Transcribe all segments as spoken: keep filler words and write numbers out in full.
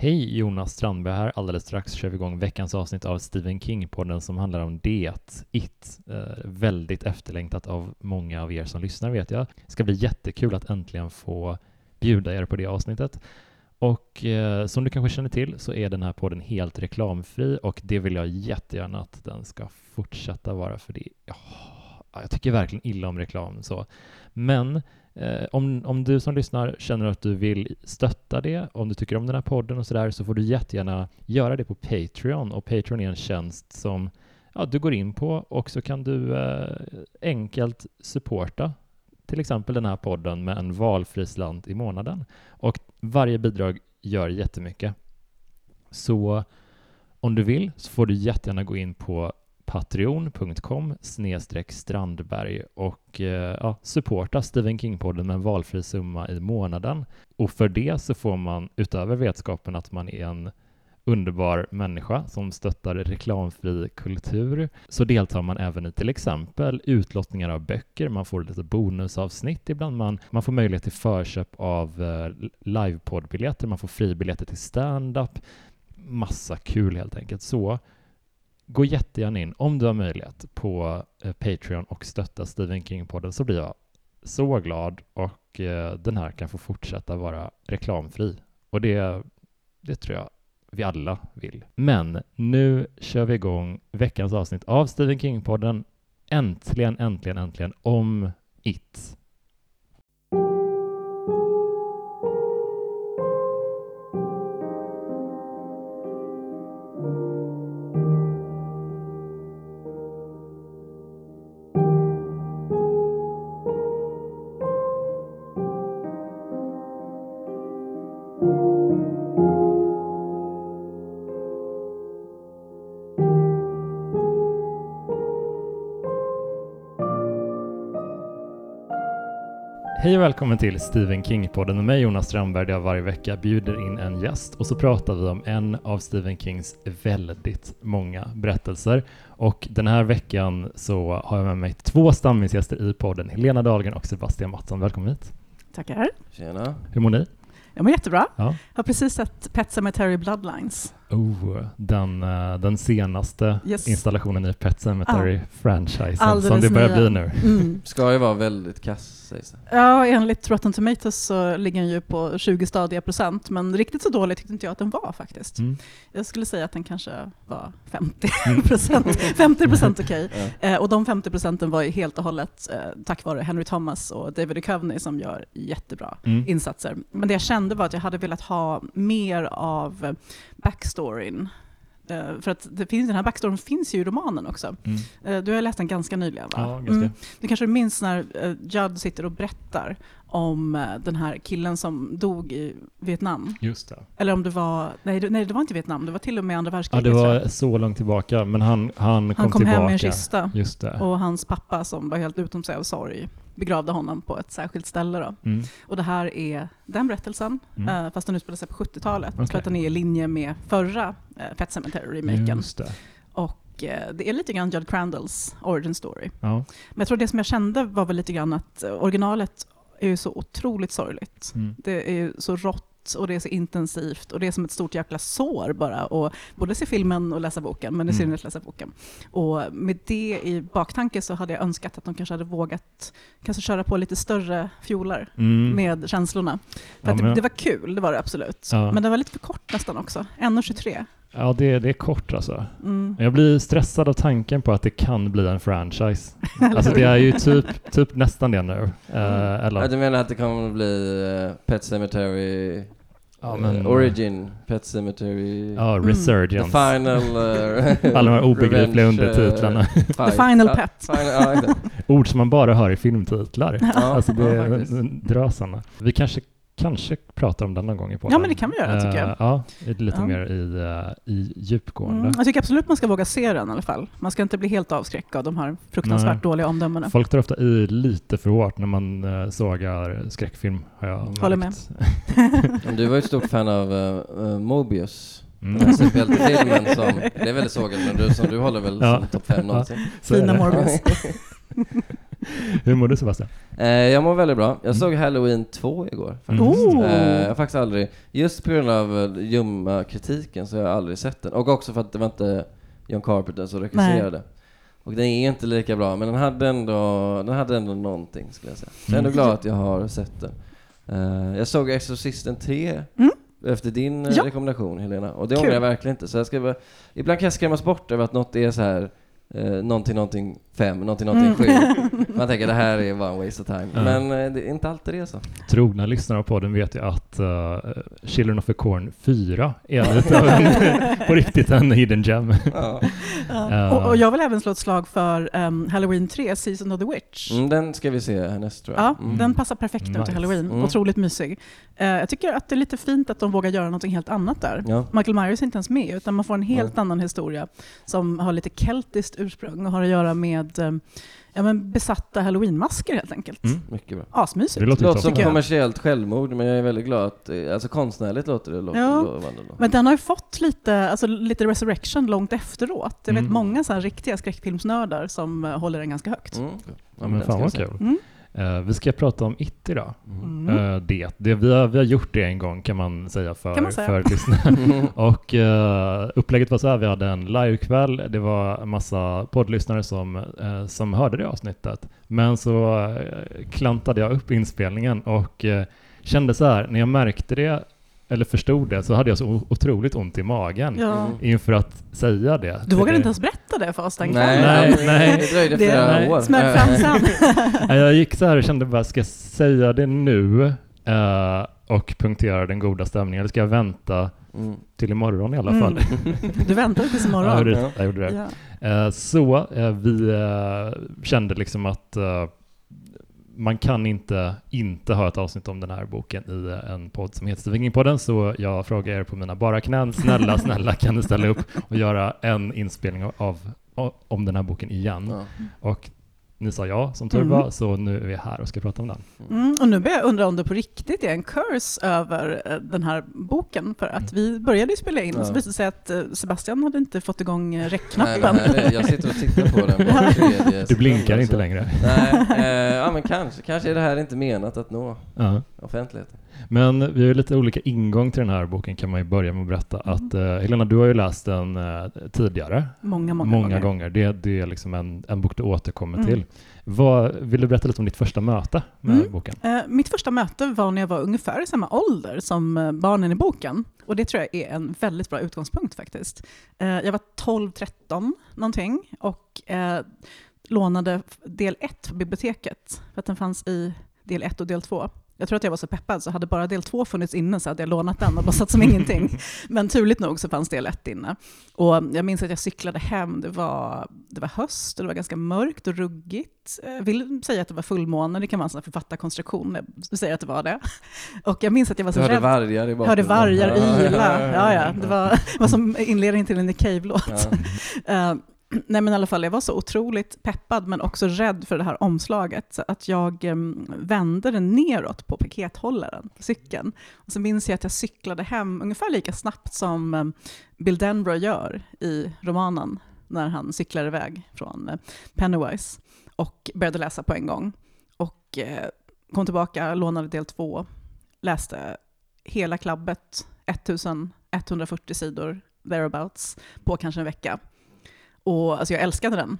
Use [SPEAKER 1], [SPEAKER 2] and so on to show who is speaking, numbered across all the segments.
[SPEAKER 1] Hej, Jonas Strandberg här. Alldeles strax kör vi igång veckans avsnitt av Stephen King-podden som handlar om det, It. Eh, väldigt efterlängtat av många av er som lyssnar, vet jag. Det ska bli jättekul att äntligen få bjuda er på det avsnittet. Och eh, som du kanske känner till så är den här podden helt reklamfri och det vill jag jättegärna att den ska fortsätta vara, för det. Oh, jag tycker verkligen illa om reklam. Så. Men Eh, om, om du som lyssnar känner att du vill stötta det, om du tycker om den här podden och sådär, så får du jättegärna göra det på Patreon. Och Patreon är en tjänst som ja, du går in på och så kan du eh, enkelt supporta till exempel den här podden med en valfri slant i månaden. Och varje bidrag gör jättemycket. Så om du vill så får du jättegärna gå in på patreon punkt com snedstreck strandberg och eh, ja, supporta Stephen King-podden med en valfri summa i månaden. Och för det så får man, utöver vetskapen att man är en underbar människa som stöttar reklamfri kultur, så deltar man även i till exempel utlottningar av böcker. Man får lite bonusavsnitt ibland. Man, man får möjlighet till förköp av eh, livepoddbiljetter. Man får fribiljetter till stand-up. Massa kul helt enkelt. Så gå jättegärna in, om du har möjlighet, på eh, Patreon och stötta Stephen King-podden, så blir jag så glad och eh, den här kan få fortsätta vara reklamfri. Och det, det tror jag vi alla vill. Men nu kör vi igång veckans avsnitt av Stephen King-podden. Äntligen, äntligen, äntligen om It. Hej och välkommen till Stephen King-podden med mig, Jonas Strandberg, där jag varje vecka bjuder in en gäst och så pratar vi om en av Stephen Kings väldigt många berättelser. Och den här veckan så har jag med mig två stammisgäster i podden, Helena Dahlgren och Sebastian Mattsson. Välkommen hit.
[SPEAKER 2] Tackar.
[SPEAKER 3] Tjena.
[SPEAKER 1] Hur mår ni?
[SPEAKER 2] Jag mår jättebra.
[SPEAKER 1] Ja.
[SPEAKER 2] Jag har precis sett Pet Sematary Bloodlines.
[SPEAKER 1] Oh, den, den senaste yes. installationen i Pet Sematary-franchisen
[SPEAKER 2] ah.
[SPEAKER 1] som det börjar bli nu.
[SPEAKER 2] Mm.
[SPEAKER 3] Ska ju vara väldigt kass, sägs det.
[SPEAKER 2] Ja, enligt Rotten Tomatoes så ligger den ju på tjugo stadiga procent, men riktigt så dåligt tyckte inte jag att den var faktiskt. Mm. Jag skulle säga att den kanske var femtio procent. femtio procent okej. Okay. Ja. Eh, och de femtio procenten var ju helt och hållet eh, tack vare Henry Thomas och David Duchovny som gör jättebra mm. insatser. Men det jag kände var att jag hade velat ha mer av backstoryn. Uh, för att det finns, den här backstoryn finns ju i romanen också. Mm. Uh, du har läst den ganska nyligen, va?
[SPEAKER 1] Ja, ganska. Mm.
[SPEAKER 2] Du kanske minns när uh, Judd sitter och berättar om uh, den här killen som dog i Vietnam.
[SPEAKER 1] Just det.
[SPEAKER 2] Eller om det var... Nej, det, nej, det var inte Vietnam. Det var till och med andra världskriget.
[SPEAKER 1] Ja, det var så långt tillbaka. Men han, han,
[SPEAKER 2] han
[SPEAKER 1] kom,
[SPEAKER 2] kom
[SPEAKER 1] tillbaka.
[SPEAKER 2] hem med en kista.
[SPEAKER 1] Just det.
[SPEAKER 2] Och hans pappa som var helt utom sig av sorg begravde honom på ett särskilt ställe. Då. Mm. Och det här är den berättelsen, mm. uh, fast den utspelar sig på sjuttiotalet. Okay. För att den är i linje med förra uh, Pet Sematary-remaken.
[SPEAKER 1] Just det.
[SPEAKER 2] Och uh, det är lite grann Judd Crandalls origin story.
[SPEAKER 1] Ja.
[SPEAKER 2] Men jag tror det som jag kände var väl lite grann att uh, originalet är ju så otroligt sorgligt. Mm. Det är ju så rått och det är så intensivt och det är som ett stort jäkla sår bara och både se filmen och läsa boken, men i synnerhet läsa boken. Och med det i baktanke så hade jag önskat att de kanske hade vågat kanske köra på lite större fjolar mm. med känslorna. För ja, att det, det var kul, det var det absolut. Ja. Men det var lite för kort nästan också. en tjugotre.
[SPEAKER 1] Ja, det, det är kort alltså. Mm. Jag blir stressad av tanken på att det kan bli en franchise. Alltså det är ju typ, typ nästan det nu. Mm. Uh, eller...
[SPEAKER 3] Ja, du menar att det kommer bli uh, Pet Sematary
[SPEAKER 1] ja, men,
[SPEAKER 3] uh, Origin, Pet Sematary...
[SPEAKER 1] Ja, mm. Resurgence.
[SPEAKER 3] The Final... Uh,
[SPEAKER 1] alla de här obegripliga undertitlarna.
[SPEAKER 2] Uh, The Final Pet.
[SPEAKER 3] Ja, final, ja,
[SPEAKER 1] ord som man bara hör i filmtitlar.
[SPEAKER 3] Ja,
[SPEAKER 1] alltså det
[SPEAKER 3] ja,
[SPEAKER 1] drar sådana. Vi kanske Kanske pratar om den någon gång i podden.
[SPEAKER 2] Ja, men det kan vi göra, tycker jag.
[SPEAKER 1] Uh, ja, lite
[SPEAKER 2] ja.
[SPEAKER 1] mer i, uh, i djupgående. Mm,
[SPEAKER 2] jag tycker absolut man ska våga se den i alla fall. Man ska inte bli helt avskräckt av de här fruktansvärt Nej. dåliga omdömena.
[SPEAKER 1] Folk tar ofta i lite för hårt när man uh, sågar skräckfilm, har jag märkt.
[SPEAKER 2] Håller med.
[SPEAKER 3] Du var ju ett stort fan av uh, Mobius. Mm. Den superhjältefilmen som, det är väldigt sågat, men du, som du håller väl ja. som topp fem någonsin.
[SPEAKER 2] Fina Morbius.
[SPEAKER 1] Hur mår du, Sebastian?
[SPEAKER 3] Eh, jag mår väldigt bra. Jag såg Halloween två igår faktiskt.
[SPEAKER 2] Mm.
[SPEAKER 3] Eh, jag har faktiskt aldrig, just på grund av ljumma kritiken så har jag aldrig sett den. Och också för att det var inte John Carpenter som regisserade. Och den är inte lika bra, men den hade ändå, den hade ändå någonting, skulle jag säga. Så jag är ändå glad att jag har sett den. Uh, jag såg Exorcisten tre mm. efter din ja. rekommendation, Helena. Och det ångrar jag verkligen inte. Så jag ska bara, ibland kan jag skrämmas bort över att något är så här uh, någonting, någonting fem, någonting, någonting mm. sju. Man tänker det här är bara en waste of time. Mm. Men uh, det är inte alltid det så.
[SPEAKER 1] Trogna lyssnare på den vet jag att uh, Children of the Corn fyra är lite av en, på riktigt en hidden gem.
[SPEAKER 3] Ja.
[SPEAKER 2] Uh, och, och jag vill även slå ett slag för um, Halloween tre, Season of the Witch.
[SPEAKER 3] Mm, den ska vi se härnäst, tror jag.
[SPEAKER 2] Ja,
[SPEAKER 3] mm.
[SPEAKER 2] den passar perfekt nice. nu till Halloween. Mm. Otroligt mysig. Uh, jag tycker att det är lite fint att de vågar göra något helt annat där. Ja. Michael Myers är inte ens med, utan man får en helt ja. annan historia som har lite keltiskt ursprung och har att göra med um, ja, men besatta Halloween-masker helt enkelt.
[SPEAKER 3] Mm. Mycket bra.
[SPEAKER 2] Asmysigt.
[SPEAKER 3] Det låter, det låter som kommersiellt självmord, men jag är väldigt glad att, alltså konstnärligt låter det. Låter,
[SPEAKER 2] ja.
[SPEAKER 3] låter,
[SPEAKER 2] men den har ju fått lite, alltså, lite resurrection långt efteråt. Jag vet mm. många så här riktiga skräckfilmsnördar som uh, håller den ganska högt.
[SPEAKER 3] Mm.
[SPEAKER 1] Ja, men fan vad kul.
[SPEAKER 3] Mm.
[SPEAKER 1] Uh, vi ska prata om It idag.
[SPEAKER 2] Mm.
[SPEAKER 1] Uh, det. det vi, har, vi har gjort det en gång kan man säga för,
[SPEAKER 2] man säga.
[SPEAKER 1] för lyssnare. Och uh, upplägget var så här, vi hade en livekväll. Det var en massa poddlyssnare som, uh, som hörde det avsnittet. Men så uh, klantade jag upp inspelningen och uh, kände så här, när jag märkte det eller förstod det så hade jag så otroligt ont i magen
[SPEAKER 2] ja.
[SPEAKER 1] inför att säga det.
[SPEAKER 2] Du vågade inte ens berätta det för oss den
[SPEAKER 3] nej, nej, nej, det dröjde flera
[SPEAKER 2] det,
[SPEAKER 3] år.
[SPEAKER 2] Smärd fram sen.
[SPEAKER 1] Jag gick så här och kände bara, ska jag säga det nu uh, och punktera den goda stämningen eller ska jag vänta mm. till imorgon i alla mm. fall?
[SPEAKER 2] Du väntade tills imorgon?
[SPEAKER 1] Ja, det, jag gjorde det. Ja. Uh, så uh, vi uh, kände liksom att uh, man kan inte inte ha ett avsnitt om den här boken i en podd som heter Stephen King-podden, så jag frågar er på mina bara knän, snälla, snälla kan ni ställa upp och göra en inspelning av, av om den här boken igen. Ja. Och ni sa ja, som tur var, mm. så nu är vi här och ska prata om den.
[SPEAKER 2] Mm, och nu börjar jag undra om det på riktigt är en curse över uh, den här boken, för att vi började ju spela in ja. och så visade det sig att uh, Sebastian hade inte fått igång uh, räckknappen.
[SPEAKER 3] Nej, nej, jag sitter och tittar på den. På
[SPEAKER 1] du blinkar inte längre.
[SPEAKER 3] Nej, eh, ja men kanske, kanske är det här inte menat att nå uh-huh. offentligheten.
[SPEAKER 1] Men vi har ju lite olika ingång till den här boken, kan man ju börja med att berätta mm. att uh, Helena, du har ju läst den uh, tidigare.
[SPEAKER 2] Många, många,
[SPEAKER 1] många
[SPEAKER 2] gånger.
[SPEAKER 1] gånger. Det, det är liksom en, en bok du återkommer mm. till. Vad, vill du berätta lite om ditt första möte med mm. boken?
[SPEAKER 2] Uh, mitt första möte var när jag var ungefär i samma ålder som uh, barnen i boken. Och det tror jag är en väldigt bra utgångspunkt faktiskt. Uh, jag var tolv tretton någonting och uh, lånade del ett på biblioteket. För att den fanns i del ett och del två. Jag tror att jag var så peppad, så hade bara del två funnits inne så hade jag lånat den och bara satt som ingenting. Men turligt nog så fanns del ett inne. Och jag minns att jag cyklade hem, det var, det var höst och det var ganska mörkt och ruggigt. Jag vill säga att det var fullmåne, det kan vara en sån här författarkonstruktion. Jag säger att det var det. Och jag minns att jag var så
[SPEAKER 3] rädd.
[SPEAKER 2] Du hörde
[SPEAKER 3] vargar i bakgrunden.
[SPEAKER 2] Hörde vargar yla. Ja, ja. Det var, det var som inledningen till en Nick Cave-låt. Ja. uh, Nej, men i alla fall, jag var så otroligt peppad men också rädd för det här omslaget så att jag um, vände den neråt på pikethållaren på cykeln. Och så minns jag att jag cyklade hem ungefär lika snabbt som um, Bill Denbrough gör i romanen när han cyklar iväg från uh, Pennywise och började läsa på en gång. Och uh, kom tillbaka, lånade del två, läste hela klabbet, ettusenetthundrafyrtio sidor thereabouts på kanske en vecka. Och alltså jag älskade den.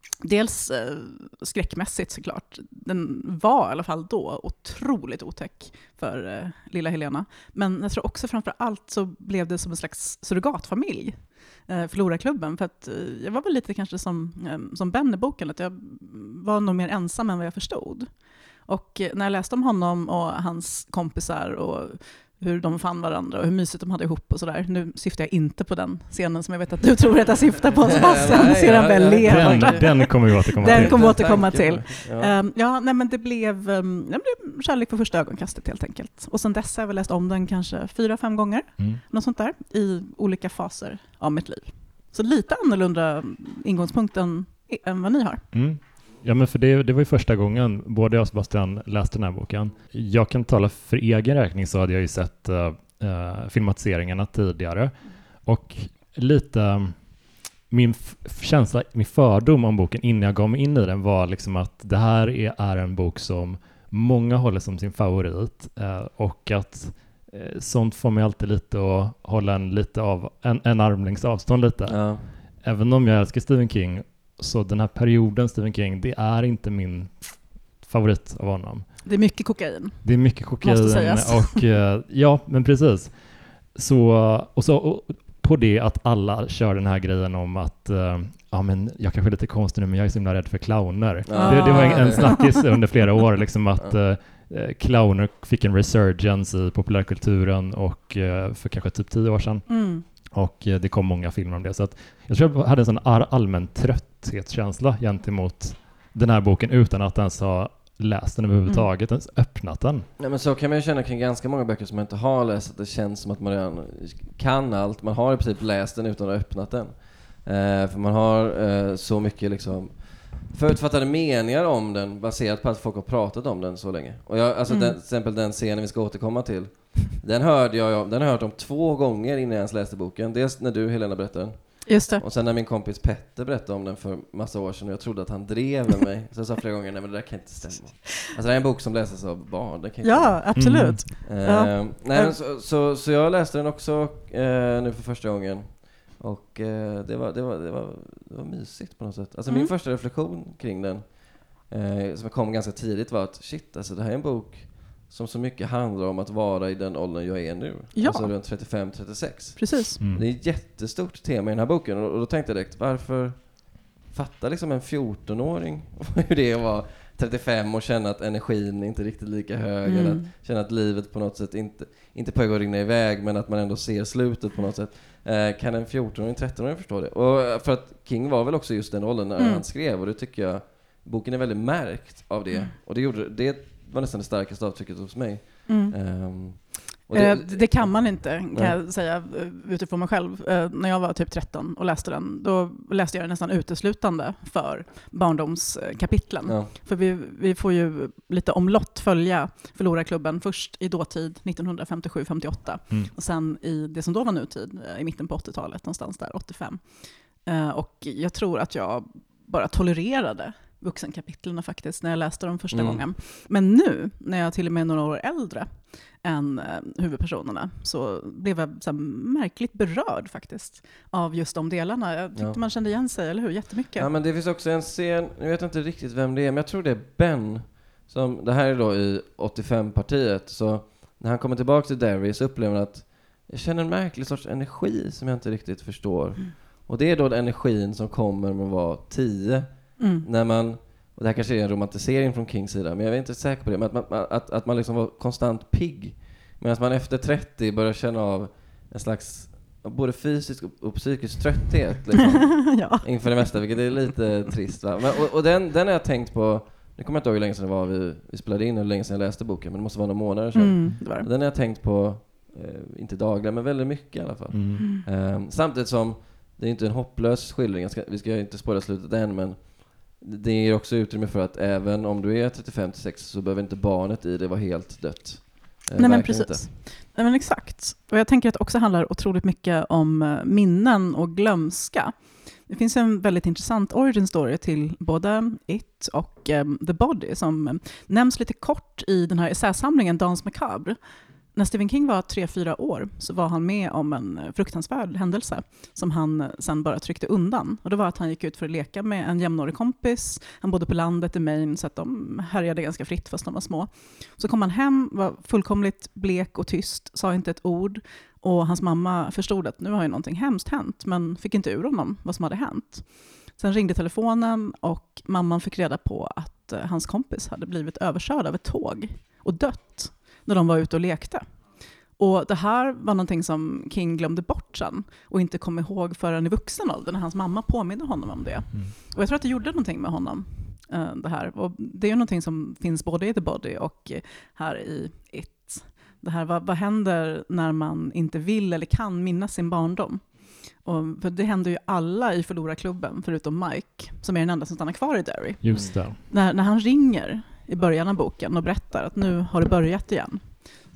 [SPEAKER 2] Dels eh, skräckmässigt såklart. Den var i alla fall då otroligt otäck för eh, lilla Helena. Men jag tror också framför allt så blev det som en slags surrogatfamilj. Eh, Floraklubben. För att eh, jag var väl lite kanske som, eh, som Ben i boken. Att jag var nog mer ensam än vad jag förstod. Och eh, när jag läste om honom och hans kompisar och hur de fann varandra och hur mysigt de hade ihop och sådär. Nu syftar jag inte på den scenen som jag vet att du tror att jag syftar på. Sebastian ser han väl
[SPEAKER 1] den, den kommer vi återkomma
[SPEAKER 2] den
[SPEAKER 1] till.
[SPEAKER 2] Den kommer vi återkomma till. Ja, um, ja nej, men det blev, um, det blev kärlek på första ögonkastet helt enkelt. Och sen dess har jag väl läst om den kanske fyra, fem gånger. Mm. Något sånt där. I olika faser av mitt liv. Så lite annorlunda ingångspunkt än, än vad ni har. Mm.
[SPEAKER 1] Ja, men för det, det var ju första gången både jag och Sebastian läste den här boken. Jag kan tala för egen räkning, så hade jag ju sett uh, filmatiseringarna tidigare. Och lite, min f- känsla, min fördom om boken innan jag gav mig in i den var liksom att det här är, är en bok som många håller som sin favorit eh, och att eh, sånt får mig alltid lite att hålla en lite av en, en armlängds avstånd lite.
[SPEAKER 3] Ja.
[SPEAKER 1] Även om jag älskar Stephen King, så den här perioden Stephen King, det är inte min favorit av honom.
[SPEAKER 2] Det är mycket kokain.
[SPEAKER 1] Det är mycket kokain och eh, ja, men precis. Så och så och på det att alla kör den här grejen om att eh, ja, men jag kanske är lite konstig nu, men jag är så himla rädd för clowner.
[SPEAKER 3] Ah.
[SPEAKER 1] Det, det var en, en snackis under flera år liksom att eh, clowner fick en resurgence i populärkulturen och eh, för kanske typ tio år sedan.
[SPEAKER 2] Mm.
[SPEAKER 1] Och eh, det kom många filmer om det. Så att jag tror jag hade en sån allmän trötthetskänsla gentemot den här boken utan att ens ha läst den överhuvudtaget, mm. ens öppnat den.
[SPEAKER 3] Nej, men så kan man ju känna kring ganska många böcker som man inte har läst, att det känns som att man redan kan allt. Man har i princip läst den utan att ha öppnat den. Eh, för man har eh, så mycket liksom förutfattade meningar om den baserat på att folk har pratat om den så länge. Och jag, alltså mm. den, till exempel den scenen vi ska återkomma till, den hörde jag, den har jag hört om två gånger innan jag ens läste boken. Dels när du, Helena, berättade den.
[SPEAKER 2] Just det.
[SPEAKER 3] Och sen när min kompis Petter berättade om den för massa år sedan och jag trodde att han drev med mig. Så jag sa flera gånger, nej men det där kan inte stämma. Alltså det är en bok som läses av barn. Det kan inte
[SPEAKER 2] ja, absolut.
[SPEAKER 3] Mm.
[SPEAKER 2] Ja.
[SPEAKER 3] Uh, nej, så, så, så jag läste den också uh, nu för första gången. Och uh, det, var, det, var, det, var, det var mysigt på något sätt. Alltså mm. min första reflektion kring den, uh, som kom ganska tidigt, var att shit, alltså det här är en bok som så mycket handlar om att vara i den åldern jag är nu.
[SPEAKER 2] Ja.
[SPEAKER 3] Alltså runt trettiofem trettiosex.
[SPEAKER 2] Precis.
[SPEAKER 3] Mm. Det är ett jättestort tema i den här boken. Och då tänkte jag direkt, varför fattar liksom en fjortonåring hur det var trettiofem och känna att energin inte är riktigt lika hög. Mm. Eller att känna att livet på något sätt inte, inte på att rinna iväg, men att man ändå ser slutet på något sätt. Eh, kan en fjortonåring, trettonåring förstå det? Och för att King var väl också just den åldern när mm. han skrev. Och det tycker jag, boken är väldigt märkt av det. Mm. Och det gjorde det var nästan det starkaste avtrycket hos mig. Mm. Um, och det,
[SPEAKER 2] eh, det kan man inte, kan nej. jag säga utifrån mig själv. Eh, när jag var typ tretton och läste den, då läste jag den nästan uteslutande för barndomskapitlen. Ja. För vi, vi får ju lite omlott följa Förlorarklubben först i dåtid nittonhundrafemtiosju femtioåtta mm. och sen i det som då var nutid i mitten på åttiotalet, någonstans där, åttiofem. Eh, och jag tror att jag bara tolererade vuxenkapitlerna faktiskt när jag läste dem första mm. gången. Men nu, när jag till och med är några år äldre än eh, huvudpersonerna, så blev jag så här märkligt berörd faktiskt av just de delarna. Jag tyckte ja. man kände igen sig, eller hur? Jättemycket. Ja,
[SPEAKER 3] men det finns också en scen, jag vet inte riktigt vem det är, men jag tror det är Ben, som, det här är då i åttiofem-partiet, så när han kommer tillbaka till Derry så upplever han att jag känner en märklig sorts energi som jag inte riktigt förstår. Mm. Och det är då den energin som kommer med att vara tio. Mm. När man, och det här kanske är en romantisering från Kings sida, men jag är inte säker på det, men att man, att, att man liksom var konstant pigg, medan man efter trettio börjar känna av en slags både fysisk och psykisk trötthet liksom, ja. inför det mesta, vilket är lite trist, va? Men, och och den, den har jag tänkt på, nu kommer jag inte ihåg hur länge sedan det var vi, vi spelade in, hur länge sedan jag läste boken, men det måste vara några månader sedan. Mm, det var det. Den har jag tänkt på, eh, inte dagligen, men väldigt mycket i alla fall. Mm. Eh, samtidigt som det är inte en hopplös skildring, ska, vi ska inte spåra slutet än, men det ger också utrymme för att även om du är trettiofem till sextio så behöver inte barnet i det vara helt dött. Eh,
[SPEAKER 2] Nej men precis. Nej men exakt. Och jag tänker att det också handlar otroligt mycket om minnen och glömska. Det finns en väldigt intressant origin story till både It och um, The Body som um, nämns lite kort i den här essäsamlingen Danse Macabre. När Stephen King var tre fyra år så var han med om en fruktansvärd händelse som han sen bara tryckte undan. Och det var att han gick ut för att leka med en jämnårig kompis. Han bodde på landet i Maine så att de härjade ganska fritt fast de var små. Så kom han hem, var fullkomligt blek och tyst, sa inte ett ord. Och hans mamma förstod att nu har ju någonting hemskt hänt, men fick inte ur honom vad som hade hänt. Sen ringde telefonen och mamman fick reda på att hans kompis hade blivit överkörd av ett tåg och dött när de var ute och lekte. Och det här var någonting som King glömde bort sen och inte kom ihåg förrän i vuxen ålder när hans mamma påminner honom om det. Mm. Och jag tror att det gjorde någonting med honom, det här. Och det är ju någonting som finns både i The Body och här i It. Det här, vad, vad händer när man inte vill eller kan minnas sin barndom? Och för det händer ju alla i Förlorarklubben förutom Mike, som är den enda som stannar kvar i Derry.
[SPEAKER 1] Just det.
[SPEAKER 2] När, när han ringer i början av boken och berättar att nu har det börjat igen,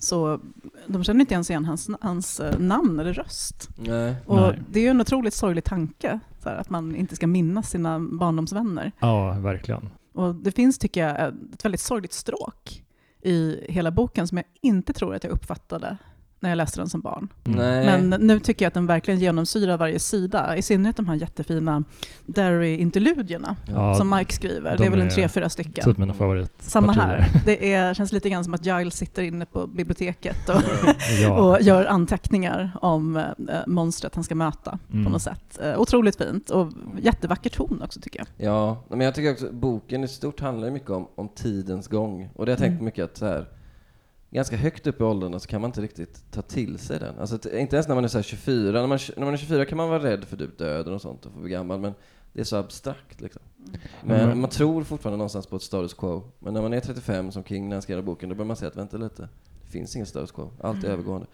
[SPEAKER 2] så de känner inte ens igen hans, hans namn eller röst.
[SPEAKER 3] Nej.
[SPEAKER 2] Och
[SPEAKER 1] Nej.
[SPEAKER 2] det är ju en otroligt sorglig tanke, så här, att man inte ska minnas sina barndomsvänner.
[SPEAKER 1] Ja, verkligen.
[SPEAKER 2] Och det finns, tycker jag, ett väldigt sorgligt stråk i hela boken som jag inte tror att jag uppfattade när jag läste den som barn.
[SPEAKER 1] Mm.
[SPEAKER 3] Nej.
[SPEAKER 2] Men nu tycker jag att den verkligen genomsyrar varje sida. I synnerhet de här jättefina Derry-interludierna
[SPEAKER 1] Ja,
[SPEAKER 2] som Mike skriver.
[SPEAKER 1] de
[SPEAKER 2] Det är väl en
[SPEAKER 1] är
[SPEAKER 2] tre, fyra stycken.
[SPEAKER 1] Typ mina favorit.
[SPEAKER 2] Samma här. Det är, känns lite grann som att Giles sitter inne på biblioteket och,
[SPEAKER 1] Ja.
[SPEAKER 2] och gör anteckningar om äh, monstret han ska möta
[SPEAKER 1] Mm.
[SPEAKER 2] på något sätt. Äh, otroligt fint och jättevacker ton också, tycker jag.
[SPEAKER 3] Ja, men jag tycker också att boken i stort handlar mycket om, om tidens gång. Och det har jag tänkt
[SPEAKER 2] Mm.
[SPEAKER 3] mycket att så här, ganska högt upp i åldrarna så kan man inte riktigt ta till sig den. Alltså t- inte ens när man är så här tjugofyra. När man, när man är tjugofyra kan man vara rädd för typ döden och sånt och få bli gammal, men det är så abstrakt liksom. Men
[SPEAKER 1] Mm.
[SPEAKER 3] man tror fortfarande någonstans på ett status quo. Men när man är trettiofem som King när han skrev boken, då börjar man säga att vänta lite, det finns ingen status quo. Allt är
[SPEAKER 2] Mm.
[SPEAKER 3] övergående.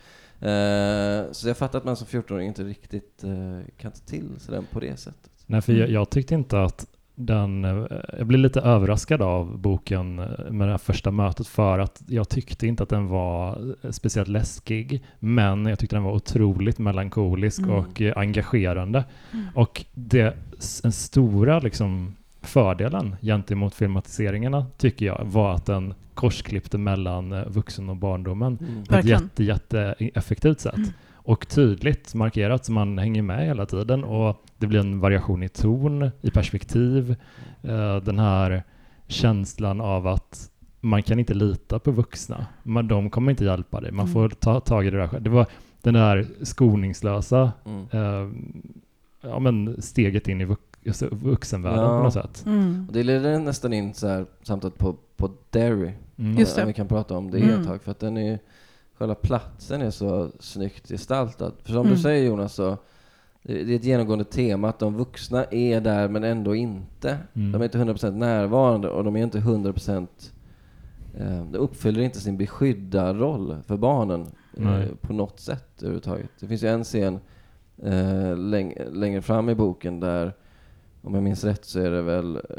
[SPEAKER 3] Uh, så jag fattar att man som fjortonåring inte riktigt uh, kan ta till sig den på det sättet.
[SPEAKER 1] Nej, för jag, jag tyckte inte att den, jag blev lite överraskad av boken med det här första mötet, för att jag tyckte inte att den var speciellt läskig, men jag tyckte den var otroligt melankolisk
[SPEAKER 2] Mm.
[SPEAKER 1] och engagerande.
[SPEAKER 2] Mm.
[SPEAKER 1] Och det, den stora liksom fördelen gentemot filmatiseringarna tycker jag var att den korsklippte mellan vuxen och barndomen
[SPEAKER 3] Mm.
[SPEAKER 1] på ett
[SPEAKER 2] Verkligen.
[SPEAKER 1] jätte, jätte effektivt sätt.
[SPEAKER 2] Mm.
[SPEAKER 1] Och tydligt markerat så man hänger med hela tiden, och det blir en variation i ton, i perspektiv. Uh, den här känslan av att man kan inte lita på vuxna. Man, de kommer inte hjälpa dig. Man
[SPEAKER 2] Mm.
[SPEAKER 1] får ta tag i det där själv. Det var den där skoningslösa
[SPEAKER 3] Mm.
[SPEAKER 1] uh, ja, men steget in i vux- vuxenvärlden
[SPEAKER 3] Ja.
[SPEAKER 1] på något sätt.
[SPEAKER 2] Mm.
[SPEAKER 3] Och det leder nästan in så här, samtidigt på, på Derry.
[SPEAKER 1] Mm.
[SPEAKER 2] Just det.
[SPEAKER 3] Om vi kan prata om det
[SPEAKER 2] Mm.
[SPEAKER 3] ett tag, för att den är, själva platsen är så snyggt gestaltad. För som
[SPEAKER 2] Mm.
[SPEAKER 3] du säger, Jonas, så det det är ett genomgående tema att de vuxna är där men ändå inte.
[SPEAKER 1] Mm.
[SPEAKER 3] De är inte hundra procent närvarande och de är inte hundra procent eh, de uppfyller inte sin beskyddarroll för barnen eh,
[SPEAKER 1] Nej.
[SPEAKER 3] på något sätt överhuvudtaget. Det finns ju en scen eh, läng- längre fram i boken där, om jag minns rätt, så är det väl eh,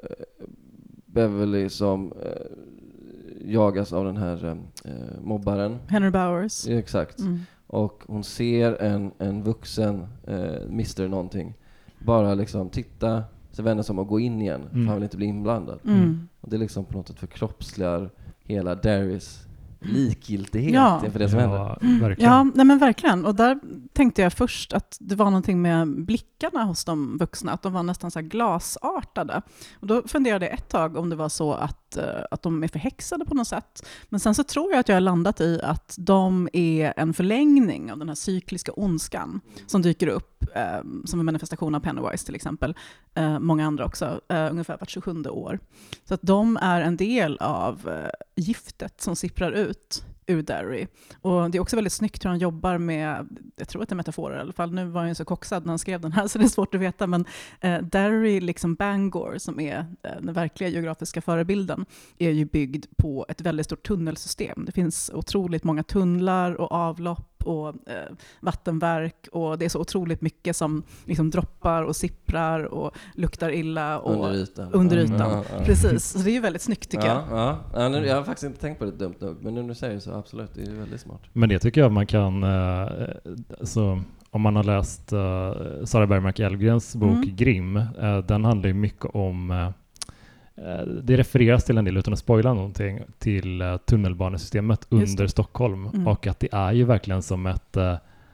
[SPEAKER 3] Beverly som eh, jagas av den här eh, mobbaren.
[SPEAKER 2] Henry Bowers.
[SPEAKER 3] Ja, exakt.
[SPEAKER 2] Mm.
[SPEAKER 3] Och hon ser en, en vuxen eh, mister någonting bara liksom titta, så vända sig om och gå in igen, för
[SPEAKER 1] Mm.
[SPEAKER 3] han vill inte bli inblandad.
[SPEAKER 2] Mm.
[SPEAKER 3] Och det är liksom på något sätt förkroppsligar hela Derrys likgiltighet
[SPEAKER 2] Ja.
[SPEAKER 3] inför det som händer.
[SPEAKER 1] Ja, verkligen.
[SPEAKER 2] Ja, nej men verkligen. Och där tänkte jag först att det var någonting med blickarna hos de vuxna, att de var nästan så här glasartade. Och då funderade jag ett tag om det var så att, eh, att de är förhäxade på något sätt. Men sen så tror jag att jag har landat i att de är en förlängning av den här cykliska ondskan som dyker upp, eh, som en manifestation av Pennywise till exempel. Eh, många andra också, eh, ungefär vart tjugosjunde år. Så att de är en del av eh, giftet som sipprar ut ur Derry. Och det är också väldigt snyggt hur han jobbar med, jag tror att det är metaforer i alla fall, nu var han ju så koxad när han skrev den här så det är svårt att veta, men eh, Derry, liksom Bangor, som är eh, den verkliga geografiska förebilden, är ju byggd på ett väldigt stort tunnelsystem. Det finns otroligt många tunnlar och avlopp och eh, vattenverk, och det är så otroligt mycket som liksom droppar och sipprar och luktar illa och
[SPEAKER 3] Under ytan.
[SPEAKER 2] under ytan.
[SPEAKER 3] Ja, ja.
[SPEAKER 2] Precis, så det är ju väldigt snyggt tycker
[SPEAKER 3] Ja,
[SPEAKER 2] jag.
[SPEAKER 3] ja. Ja, nu, jag har faktiskt inte tänkt på det dumt nog, men nu när du säger det så absolut, det är ju väldigt smart.
[SPEAKER 1] Men det tycker jag man kan, eh, så om man har läst eh, Sara Bergmark Elfgrens bok
[SPEAKER 2] Mm.
[SPEAKER 1] Grimm, eh, den handlar ju mycket om, eh, det refereras till en del, utan att spoila någonting, till eh, tunnelbanesystemet
[SPEAKER 2] Just
[SPEAKER 1] under
[SPEAKER 2] det.
[SPEAKER 1] Stockholm.
[SPEAKER 2] Mm.
[SPEAKER 1] Och att det är ju verkligen som ett, eh,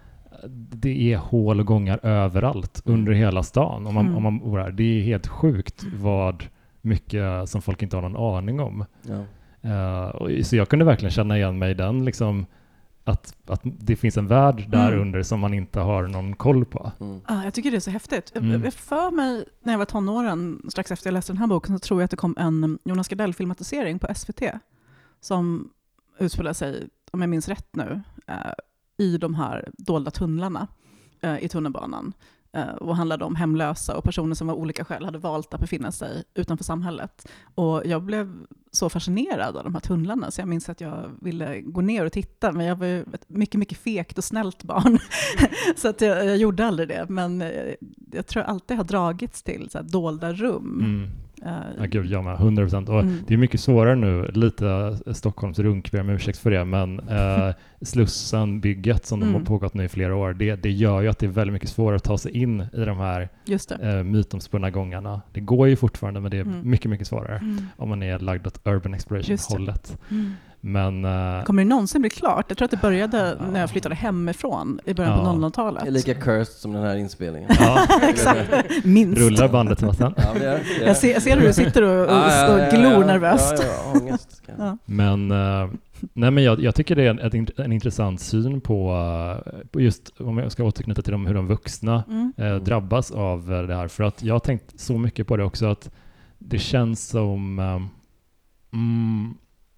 [SPEAKER 1] det är hål och gångar överallt under hela stan. Om man,
[SPEAKER 2] Mm.
[SPEAKER 1] om man bor här. Det är helt sjukt vad mycket som folk inte har någon aning om.
[SPEAKER 3] Ja.
[SPEAKER 1] Uh, och, så jag kunde verkligen känna igen mig i den, liksom, att, att det finns en värld där
[SPEAKER 2] Mm.
[SPEAKER 1] under som man inte har någon koll på.
[SPEAKER 3] Mm.
[SPEAKER 2] Ah, jag tycker det är så häftigt. Jag,
[SPEAKER 1] Mm.
[SPEAKER 2] jag för mig, när jag var tonåren, strax efter jag läste den här boken, så tror jag att det kom en Jonas Gardell-filmatisering på S V T som utspelar sig, om jag minns rätt nu, eh, i de här dolda tunnlarna eh, i tunnelbanan. Eh, och handlade om hemlösa och personer som av olika skäl hade valt att befinna sig utanför samhället. Och jag blev så fascinerad av de här tunnlarna så jag minns att jag ville gå ner och titta, men jag var ju ett mycket, mycket fegt och snällt barn. Så att jag, jag gjorde aldrig det, men eh, jag tror jag alltid har dragits till så här dolda rum.
[SPEAKER 1] Mm.
[SPEAKER 2] Uh,
[SPEAKER 1] ja, gud, jag med, hundra procent. Och mm. det är mycket svårare nu, lite Stockholms runk, ber om ursäkt för det, men uh, Slussenbygget som mm. de har pågått nu i flera år, det, det gör ju att det är väldigt mycket svårare att ta sig in i de här uh, mytomspunna gångarna. Det går ju fortfarande, men det är mm. mycket, mycket svårare mm. om man är lagd åt urban exploration-hållet. Mm. Men, uh,
[SPEAKER 2] kommer det någonsin bli klart? Jag tror att det började uh, när jag flyttade hemifrån i början uh, på noll noll-talet.
[SPEAKER 3] Det är lika cursed som den här inspelningen.
[SPEAKER 1] Ja,
[SPEAKER 2] exakt. Minst.
[SPEAKER 1] Rullar bandet till vatten.
[SPEAKER 3] Ja, jag, jag.
[SPEAKER 2] Jag, ser, jag ser hur du sitter och, och, ja, ja, ja, och glor ja, nervöst.
[SPEAKER 3] Ja, ja, ångest.
[SPEAKER 2] Ja.
[SPEAKER 1] Men, uh, nej, men jag, jag tycker det är en, en intressant syn på, uh, på just, om jag ska återknyta till dem, hur de vuxna mm. uh, drabbas av uh, det här. För att jag har tänkt så mycket på det också, att det känns som... Um, mm,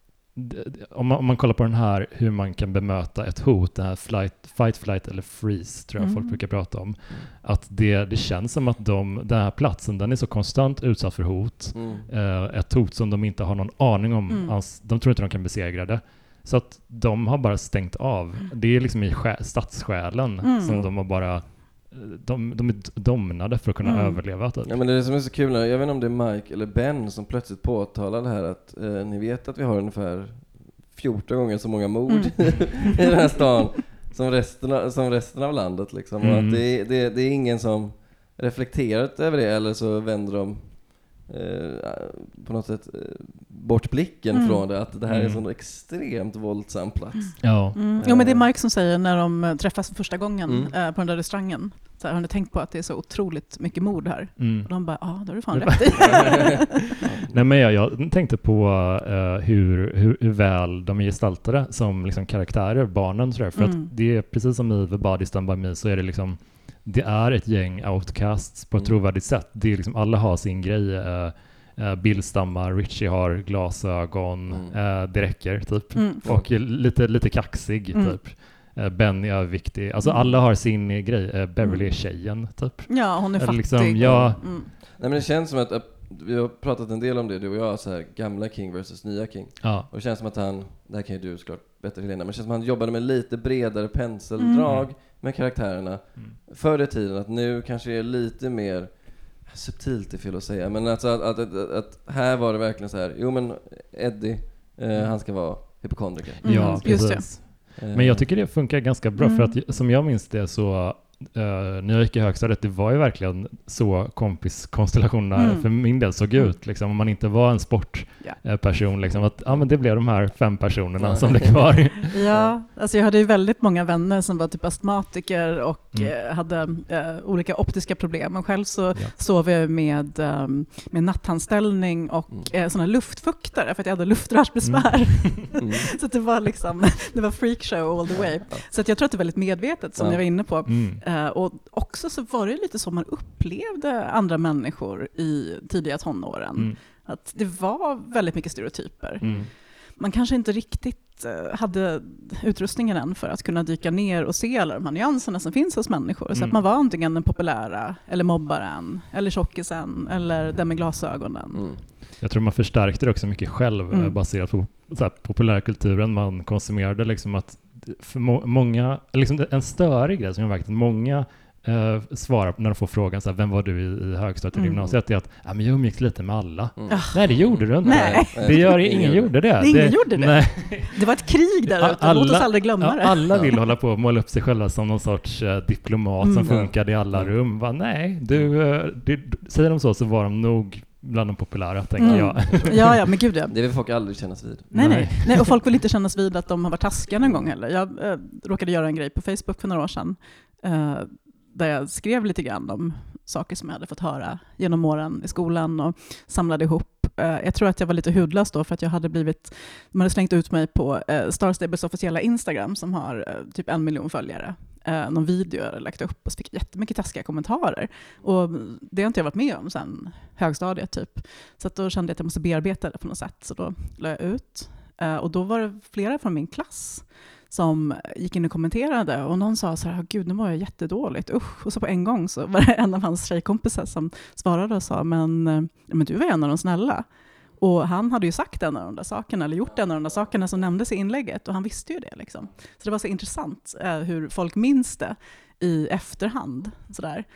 [SPEAKER 1] Om man, om man kollar på den här, hur man kan bemöta ett hot, den här flight, fight, flight eller freeze, tror jag mm. folk brukar prata om. Att det, det känns som att de, den här platsen, den är så konstant utsatt för hot. Mm. Eh, ett hot som de inte har någon aning om. Mm. Ans, de tror inte de kan besegra det. Så att de har bara stängt av. Mm. Det är liksom i sjä, stadssjälen mm. som de har bara... De, de är domnade för att kunna mm. överleva. Typ.
[SPEAKER 3] Ja, men det är som är så kul, jag vet inte om det är Mike eller Ben som plötsligt påtalar det här att eh, ni vet att vi har ungefär fjorton gånger så många mord mm. i den här stan som resten av, som resten av landet liksom. Mm. Och att det, det, det är ingen som reflekterat över det, eller så vänder de eh, på något sätt eh, bort blicken mm. från det, att det här mm. är en sån extremt våldsam plats.
[SPEAKER 1] Ja.
[SPEAKER 2] Mm. Jo, men det är Mike som säger när de träffas för första gången mm. eh, på den där restaurangen. Så här, har ni tänkt på att det är så otroligt mycket mord här? Mm. Och de bara, ja, då är det fan rätt i.
[SPEAKER 1] Nej, men jag, jag tänkte på uh, hur, hur, hur väl de är gestaltade som liksom, karaktärer, barnen. Så där. För mm. att det är precis som i The Body Stand By Me, så är det liksom, det är ett gäng outcasts på ett mm. trovärdigt sätt. Det är liksom, alla har sin grej. Uh, uh, Bill stammar, Richie har glasögon, mm. uh, det räcker typ. Mm. Och lite, lite kaxig mm. typ. Ben är viktig. Alltså mm. alla har sin grej. Beverly är tjejen, typ.
[SPEAKER 2] Ja, hon är fattig.
[SPEAKER 1] Liksom, ja.
[SPEAKER 2] Mm.
[SPEAKER 3] Nej, men det känns som att, att vi har pratat en del om det, du och jag, så här, gamla King versus nya King. Ja. Och det känns som att han, det här kan ju du såklart bättre Helena, men det känns som att han jobbade med lite bredare penseldrag mm. med karaktärerna mm. förr i tiden. Att nu kanske är lite mer subtilt, är fel att säga, men alltså att, att, att, att här var det verkligen så här, jo men Eddie, eh, mm. han ska vara hypokondriker.
[SPEAKER 1] Mm. Ja, just det. Men jag tycker det funkar ganska bra mm. för att som jag minns det så uh, när jag gick i högstadiet, det var ju verkligen så kompiskonstellationerna mm. för min del såg ut. Liksom, om man inte var en sportperson, yeah. liksom, att ja, men det blev de här fem personerna som blev kvar.
[SPEAKER 2] Ja, alltså jag hade ju väldigt många vänner som var typ astmatiker och mm. eh, hade eh, olika optiska problem. Och själv så ja. sov jag med, um, med natthandställning och mm. eh, såna luftfuktare för att jag hade luftrörsbesvär. Mm. Mm. Så det var liksom, det var freakshow all the way. Så att jag tror att det är väldigt medvetet som ja. jag var inne på. Mm. Uh, och också så var det lite så man upplevde andra människor i tidiga tonåren. Mm. Att det var väldigt mycket stereotyper. Mm. Man kanske inte riktigt uh, hade utrustningen än för att kunna dyka ner och se alla de här nyanserna som finns hos människor. Mm. Så att man var antingen den populära, eller mobbaren, eller tjockisen, eller den med glasögonen. Mm.
[SPEAKER 1] Jag tror man förstärkte det också mycket själv mm. baserat på så här, populärkulturen man konsumerade. Liksom att för må- många, liksom en störig grej som jag märkt att många eh, svarar när de får frågan så här, vem var du i, i högstadiet och mm. gymnasiet, är att ja, men jag umgicks lite med alla. Mm. Nej, det gjorde du inte.
[SPEAKER 2] Nej.
[SPEAKER 1] Det gör ingen, ingen gjorde det.
[SPEAKER 2] Ingen
[SPEAKER 1] det,
[SPEAKER 2] gjorde det. Nej. Det var ett krig där ute. Låt oss aldrig glömma
[SPEAKER 1] ja,
[SPEAKER 2] det.
[SPEAKER 1] Alla vill hålla på och måla upp sig själva som någon sorts uh, diplomat mm. som funkade i alla mm. rum. Va, nej, du, uh, du, säger de så så var de nog bland de populära, tänker mm. jag.
[SPEAKER 2] Ja, ja, men gud ja.
[SPEAKER 3] Det vill folk aldrig kännas vid.
[SPEAKER 2] Nej, nej, nej. Och folk vill inte kännas vid att de har varit taskiga någon gång heller. Jag äh, råkade göra en grej på Facebook för några år sedan äh, där jag skrev lite grann om saker som jag hade fått höra genom åren i skolan och samlade ihop. Äh, jag tror att jag var lite hudlös då för att jag hade blivit, de hade slängt ut mig på äh, Star Stables officiella Instagram som har äh, typ en miljon följare. Uh, någon video jag lagt upp och så fick jättemycket taskiga kommentarer. Och det har inte jag varit med om sen högstadiet typ. Så att då kände jag att jag måste bearbeta det på något sätt. Så då la jag ut. Uh, och då var det flera från min klass som gick in och kommenterade. Och någon sa så här, gud nu var jag jättedåligt. Usch. Och så på en gång så var det en av hans tjejkompisar som svarade och sa, men, men du var en av de snälla. Och han hade ju sagt en av de där sakerna, eller gjort en av de där sakerna som nämndes i inlägget. Och han visste ju det liksom. Så det var så intressant eh, hur folk minns det i efterhand. Sådär.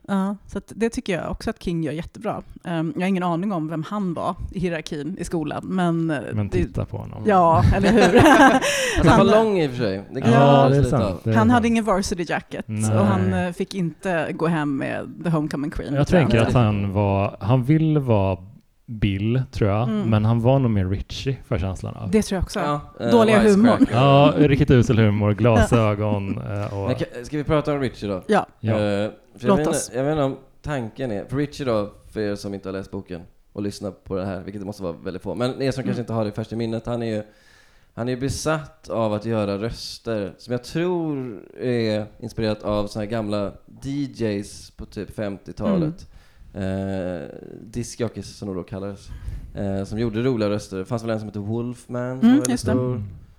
[SPEAKER 2] Ja, så att det tycker jag också att King gör jättebra. Um, jag har ingen aning om vem han var i hierarkin i skolan. Men,
[SPEAKER 1] men titta det, på honom.
[SPEAKER 2] Ja, eller hur?
[SPEAKER 3] Alltså, han var lång i och för sig. Det kan
[SPEAKER 2] ja,
[SPEAKER 3] det är
[SPEAKER 2] sant.
[SPEAKER 3] Det är
[SPEAKER 2] han
[SPEAKER 3] sant.
[SPEAKER 2] hade ingen varsity jacket.
[SPEAKER 1] Nej.
[SPEAKER 2] Och han uh, fick inte gå hem med The Homecoming Queen.
[SPEAKER 1] Jag tänker att han var, han ville vara Bill, tror jag. Mm. Men han var nog mer Richie för känslan av.
[SPEAKER 2] Det tror jag också. Ja,
[SPEAKER 3] uh,
[SPEAKER 2] dåliga humor.
[SPEAKER 1] Ja, riktigt usel humor, glasögon. och...
[SPEAKER 3] Men, ska vi prata om Richie då?
[SPEAKER 2] Ja.
[SPEAKER 1] ja.
[SPEAKER 3] Uh, för jag, vet inte, jag vet inte om tanken är... För Richie då, för er som inte har läst boken och lyssnat på det här, vilket det måste vara väldigt få. Men er som mm. kanske inte har det först i minnet, han är ju han är besatt av att göra röster som jag tror är inspirerat av såna här gamla D Js på typ femtiotalet. Mm. Eh, Discjockeys som det då kallades. Eh, som gjorde roliga röster. Det fanns väl en som heter Wolfman som
[SPEAKER 2] mm,
[SPEAKER 3] var just stor.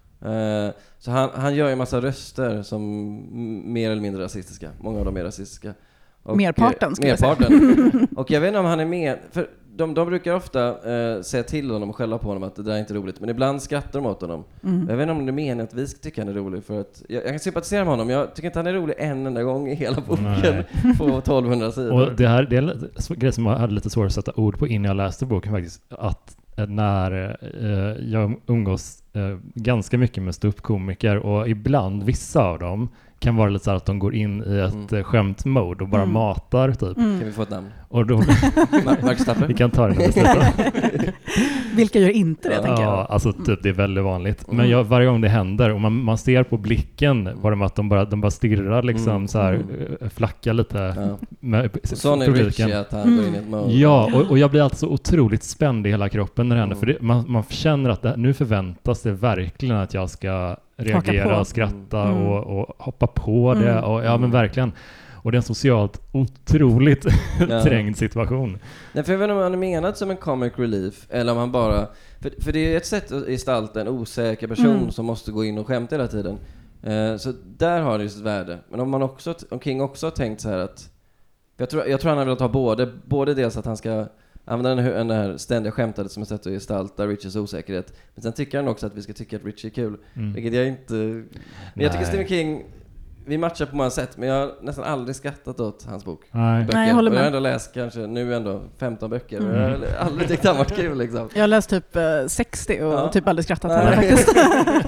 [SPEAKER 3] Eh, så han, han gör ju en massa röster som m- mer eller mindre rasistiska. Många av dem är rasistiska. Och,
[SPEAKER 2] merparten skulle
[SPEAKER 3] merparten.
[SPEAKER 2] jag säga.
[SPEAKER 3] Och jag vet inte om han är med. För de, de brukar ofta eh, säga till honom och skälla på honom att det där är inte roligt. Men ibland skrattar de åt honom. Mm. Jag vet inte om det menar att vi ska tycka han är rolig. För att jag, jag kan sympatisera med honom. Jag tycker inte han är rolig en enda gång i hela boken. På tolvhundra sidor.
[SPEAKER 1] Och det här det är en grej som jag hade lite svårt att sätta ord på innan jag läste boken faktiskt. Att när eh, jag umgås eh, ganska mycket med ståuppkomiker och ibland, vissa av dem kan vara lite så här att de går in i ett mm. skämt-mode och bara mm. matar typ.
[SPEAKER 3] Mm. Kan vi få ett namn?
[SPEAKER 1] Och då
[SPEAKER 3] Mark Stapper?
[SPEAKER 1] Vi kan ta det när vi slutar.
[SPEAKER 2] Vilka gör inte det,
[SPEAKER 1] ja,
[SPEAKER 2] tänker jag.
[SPEAKER 1] Ja, alltså typ det är väldigt vanligt. Men jag, varje gång det händer och man, man ser på blicken var det att de bara, de bara stirrar liksom mm. så här mm. flackar lite
[SPEAKER 3] ja.
[SPEAKER 1] med
[SPEAKER 3] sån är Richie att han mm. går in i ett mode.
[SPEAKER 1] Ja, och, och jag blir alltså otroligt spänd i hela kroppen när det händer. Mm. För det, man, man känner att det, nu förväntas det verkligen att jag ska reagera och skratta mm. och, och hoppa på det. Mm. Och, ja, men verkligen. Och det är en socialt otroligt ja. trängd situation.
[SPEAKER 3] Nej, för jag vet inte om han är menad som en comic relief eller om han bara... För, för det är ett sätt att gestalta en osäker person mm. som måste gå in och skämta hela tiden. Uh, så där har det ju sitt värde. Men om man också, om King också har tänkt så här att... Jag tror, jag tror han har velat ha både, både dels att han ska använda den här ständiga skämtet som ett sätt att gestalta Richies osäkerhet. Men sen tycker han också att vi ska tycka att Richie är kul. Mm. Vilket jag inte... Men jag tycker Stephen King... Vi matchar på många sätt, men jag har nästan aldrig skrattat åt hans bok.
[SPEAKER 1] Nej,
[SPEAKER 2] Nej jag håller med.
[SPEAKER 3] Och jag har ändå läst kanske nu ändå femton böcker. Mm. Jag har aldrig tyckt han varit kul liksom.
[SPEAKER 2] Jag har läst typ uh, sextio och ja. typ aldrig skrattat heller faktiskt.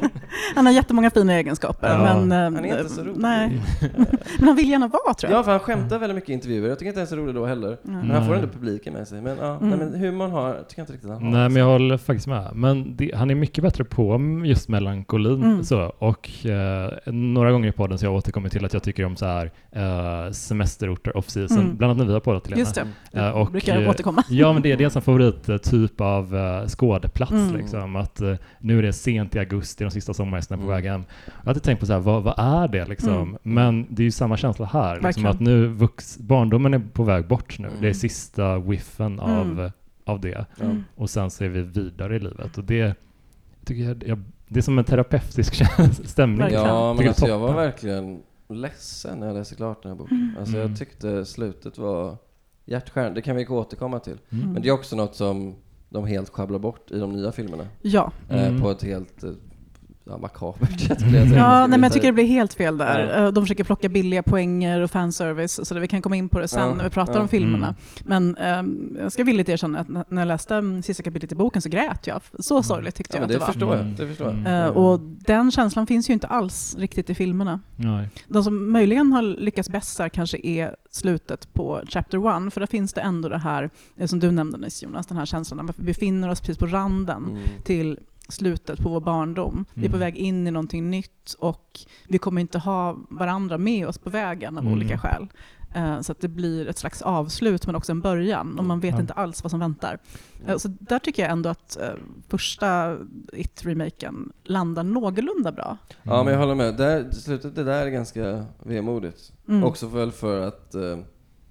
[SPEAKER 2] Han har jättemånga fina egenskaper. Ja. Men, uh,
[SPEAKER 3] han är inte så rolig.
[SPEAKER 2] Nej. Men han vill gärna vara, tror jag.
[SPEAKER 3] Ja, för han skämtar väldigt mycket i intervjuer. Jag tycker inte han är så rolig då heller. Mm. Men han får ändå publiken med sig. Men, ja, mm. nej, men humorn har, tycker jag inte riktigt han har.
[SPEAKER 1] Nej, men jag håller faktiskt med. Men det, han är mycket bättre på just melankolin. Mm. Så. Och uh, några gånger i podden så jag återkommer till att jag tycker om så här uh, semesterorter off-season, mm. bland annat när vi har poddat till
[SPEAKER 2] Just det,
[SPEAKER 1] uh, och,
[SPEAKER 2] brukar jag återkomma.
[SPEAKER 1] Ja, men det är det som favorittyp av uh, skådeplats mm. liksom, att uh, nu är det sent i augusti, de sista sommargästerna mm. på vägen. Jag hade tänkt på så här, vad, vad är det liksom? Mm. Men det är ju samma känsla här, liksom, att nu vux, barndomen är på väg bort nu. Mm. Det är sista whiffen av, mm. av det. Mm. Och sen så är vi vidare i livet. Och det tycker jag, jag det är som en terapeutisk stämning.
[SPEAKER 3] Ja, men alltså, jag var verkligen ledsen när jag läste klart den här boken. Mm. Alltså jag tyckte slutet var hjärtskärande. Det kan vi återkomma till. Mm. Men det är också något som de helt sjabblar bort i de nya filmerna.
[SPEAKER 2] Ja.
[SPEAKER 3] Eh,
[SPEAKER 1] mm.
[SPEAKER 3] På ett helt ja, makabert sätt.
[SPEAKER 2] Ja, nej, men jag tycker det blir helt fel där. Ja. De försöker plocka billiga poänger och fanservice, så vi kan komma in på det sen ja. när vi pratar ja. om filmerna. Mm. Men um, jag ska villigt erkänna att när jag läste um, sista kapitlet i boken så grät jag. Så sorgligt tyckte
[SPEAKER 3] ja,
[SPEAKER 2] jag att
[SPEAKER 3] det,
[SPEAKER 2] det var.
[SPEAKER 3] Förstår jag. det förstår jag.
[SPEAKER 2] Mm. Uh, och den känslan finns ju inte alls riktigt i filmerna.
[SPEAKER 1] Nej.
[SPEAKER 2] De som möjligen har lyckats bäst här kanske är slutet på chapter one, för där finns det ändå det här, som du nämnde nyss Jonas, den här känslan att vi befinner oss precis på randen mm. till slutet på vår barndom. Mm. Vi är på väg in i någonting nytt och vi kommer inte ha varandra med oss på vägen av mm. olika skäl. Uh, så att det blir ett slags avslut men också en början och man vet ja. inte alls vad som väntar. Uh, så där tycker jag ändå att uh, första It-remaken landar någorlunda bra.
[SPEAKER 3] Ja, men jag håller med. Där, slutet det där är ganska vemodigt. Mm. Också väl för att uh,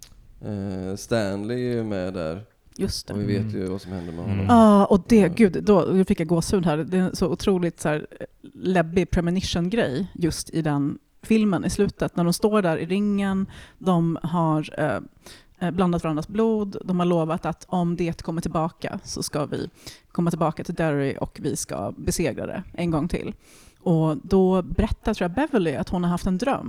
[SPEAKER 3] uh, Stanley är med där.
[SPEAKER 2] Just det.
[SPEAKER 3] Och vi vet ju vad som händer med honom.
[SPEAKER 2] Ja, mm. ah, och det, gud, då fick jag gåshud här. Det är en så otroligt så här läbbig premonition-grej just i den filmen i slutet. När de står där i ringen, de har eh, blandat varandras blod, de har lovat att om det kommer tillbaka så ska vi komma tillbaka till Derry och vi ska besegra det en gång till. Och då berättar tror jag Beverly att hon har haft en dröm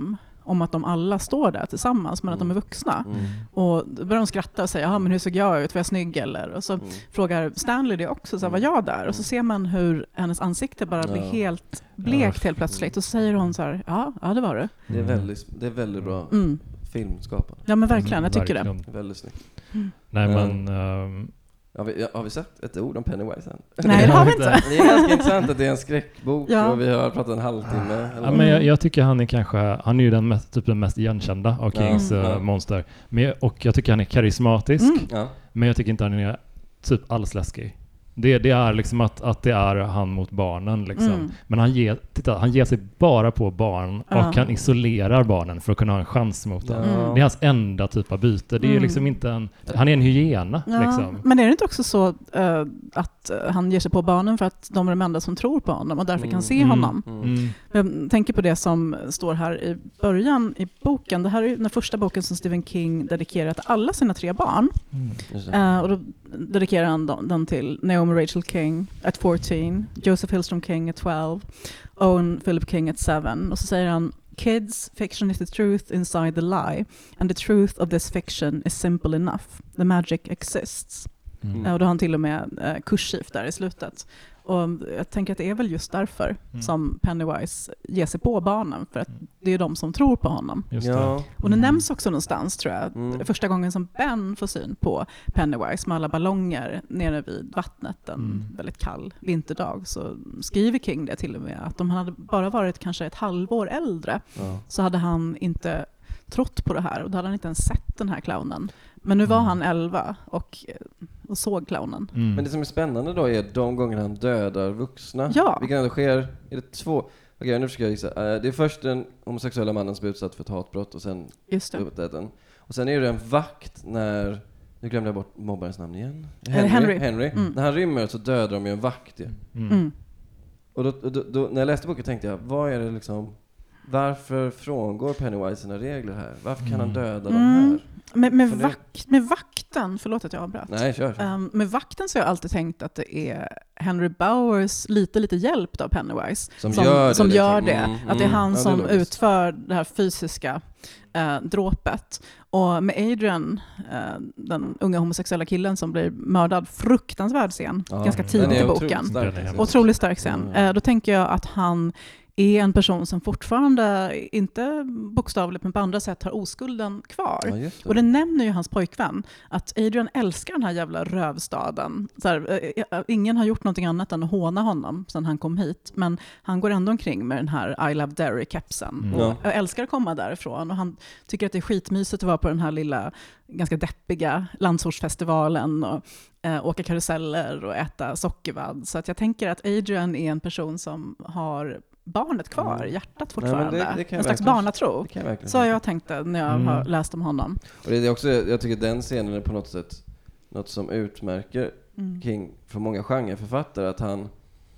[SPEAKER 2] om att de alla står där tillsammans men att de är vuxna.
[SPEAKER 3] Mm.
[SPEAKER 2] Och då börjar de skratta och säga, ja men hur såg jag ut, var jag snygg eller? Och så mm. frågar Stanley det också, så här, var jag där? Och så ser man hur hennes ansikte bara blir ja. helt blekt helt plötsligt. Och så säger hon så här, ja, ja det var det.
[SPEAKER 3] Det är väldigt, det är väldigt bra mm. filmskapande.
[SPEAKER 2] Ja men verkligen, jag tycker
[SPEAKER 1] verkligen.
[SPEAKER 2] det.
[SPEAKER 3] Väldigt snyggt.
[SPEAKER 1] Mm. Nej men... Um,
[SPEAKER 3] Har vi, har vi sagt ett ord om Pennywise än?
[SPEAKER 2] Nej, det har vi inte.
[SPEAKER 3] Det är ganska intressant att det är en skräckbok ja. och vi har pratat en halvtimme. Eller?
[SPEAKER 1] Ja, men jag, jag tycker han är kanske, han är ju den mest, typ den mest igenkända av Kings mm. uh, monster. Men, och jag tycker han är karismatisk. Mm. Ja. Men jag tycker inte han är typ alls läskig. Det, det är liksom att, att det är han mot barnen liksom. Mm. Men han ger, titta, han ger sig bara på barn ja. och han isolerar barnen för att kunna ha en chans mot dem. Mm. Det är hans enda typ av byte. Det är mm. liksom inte en, han är en hyena
[SPEAKER 2] ja.
[SPEAKER 1] liksom.
[SPEAKER 2] Men är det inte också så uh, att uh, han ger sig på barnen för att de är de enda som tror på honom och därför mm. kan se
[SPEAKER 1] mm.
[SPEAKER 2] honom?
[SPEAKER 1] Mm.
[SPEAKER 2] Jag tänker på det som står här i början i boken. Det här är den första boken som Stephen King dedikerar till alla sina tre barn. Mm. Uh, och då dedikerar han den till Naomi Rachel King at fourteen, Joseph Hillstrom King at twelve, Owen Philip King at seven. Och så säger han, kids, fiction is the truth inside the lie, and the truth of this fiction is simple enough. The magic exists. Mm. Uh, och då har han till och med uh, kursivt där i slutet. Och jag tänker att det är väl just därför mm. som Pennywise ger sig på barnen, för att det är de som tror på honom.
[SPEAKER 1] Just det.
[SPEAKER 3] Ja.
[SPEAKER 2] Och det mm. nämns också någonstans, tror jag,
[SPEAKER 3] mm.
[SPEAKER 2] första gången som Ben får syn på Pennywise med alla ballonger nere vid vattnet en mm. väldigt kall vinterdag, så skriver King det till och med, att om han hade bara varit kanske ett halvår äldre ja. så hade han inte trott på det här, och då hade han inte ens sett den här clownen. Men nu var mm. han elva och, och såg clownen.
[SPEAKER 3] Mm. Men det som är spännande då är de gånger han dödar vuxna.
[SPEAKER 2] Ja.
[SPEAKER 3] Vilket ändå sker, är det två? Okej, okay, nu försöker jag gissa. Det är först den homosexuella mannen som blir utsatt för ett hatbrott och sen upptäten. Och sen är det en vakt när, nu glömde jag bort mobbarens namn igen. Henry.
[SPEAKER 2] Henry.
[SPEAKER 3] Henry. Mm. När han rymmer så dödar de ju en vakt. Ja.
[SPEAKER 1] Mm. Mm.
[SPEAKER 3] Och då, då, då, när jag läste boken tänkte jag, vad är det liksom, varför frångår Pennywise sina regler här? Varför kan mm. han döda mm. de här?
[SPEAKER 2] Med, med, vak- med vakten, förlåt att jag avbröt.
[SPEAKER 3] Nej, kör. kör.
[SPEAKER 2] Um, med vakten så har jag alltid tänkt att det är Henry Bowers lite, lite hjälpt av Pennywise.
[SPEAKER 3] Som, som gör det.
[SPEAKER 2] Som
[SPEAKER 3] liksom.
[SPEAKER 2] gör det.
[SPEAKER 3] Mm,
[SPEAKER 2] att det är han
[SPEAKER 3] mm,
[SPEAKER 2] som
[SPEAKER 3] ja, det
[SPEAKER 2] utför det här fysiska uh, dråpet. Och med Adrian, uh, den unga homosexuella killen som blir mördad, fruktansvärd scen. Ja, ganska tidigt i boken.
[SPEAKER 3] Stark,
[SPEAKER 2] otroligt stark scen. Mm. Uh, då tänker jag att han är en person som fortfarande, inte bokstavligt men på andra sätt, har oskulden kvar. Ja, det. Och det nämner ju hans pojkvän, att Adrian älskar den här jävla rövstaden. Så här, ingen har gjort någonting annat än att håna honom sedan han kom hit, men han går ändå omkring med den här I Love Derry-kepsen. Mm. Och jag älskar att komma därifrån, och han tycker att det är skitmysigt att vara på den här lilla, ganska deppiga landsortsfestivalen och äh, åka karuseller och äta sockervadd. Så att jag tänker att Adrian är en person som har barnet kvar, mm. hjärtat fortfarande. Nej, det, det en slags barnatro. Så har jag tänkt det när jag mm. har läst om honom.
[SPEAKER 3] Och det är också, jag tycker den scenen är på något sätt något som utmärker mm. King för många genreförfattare, att han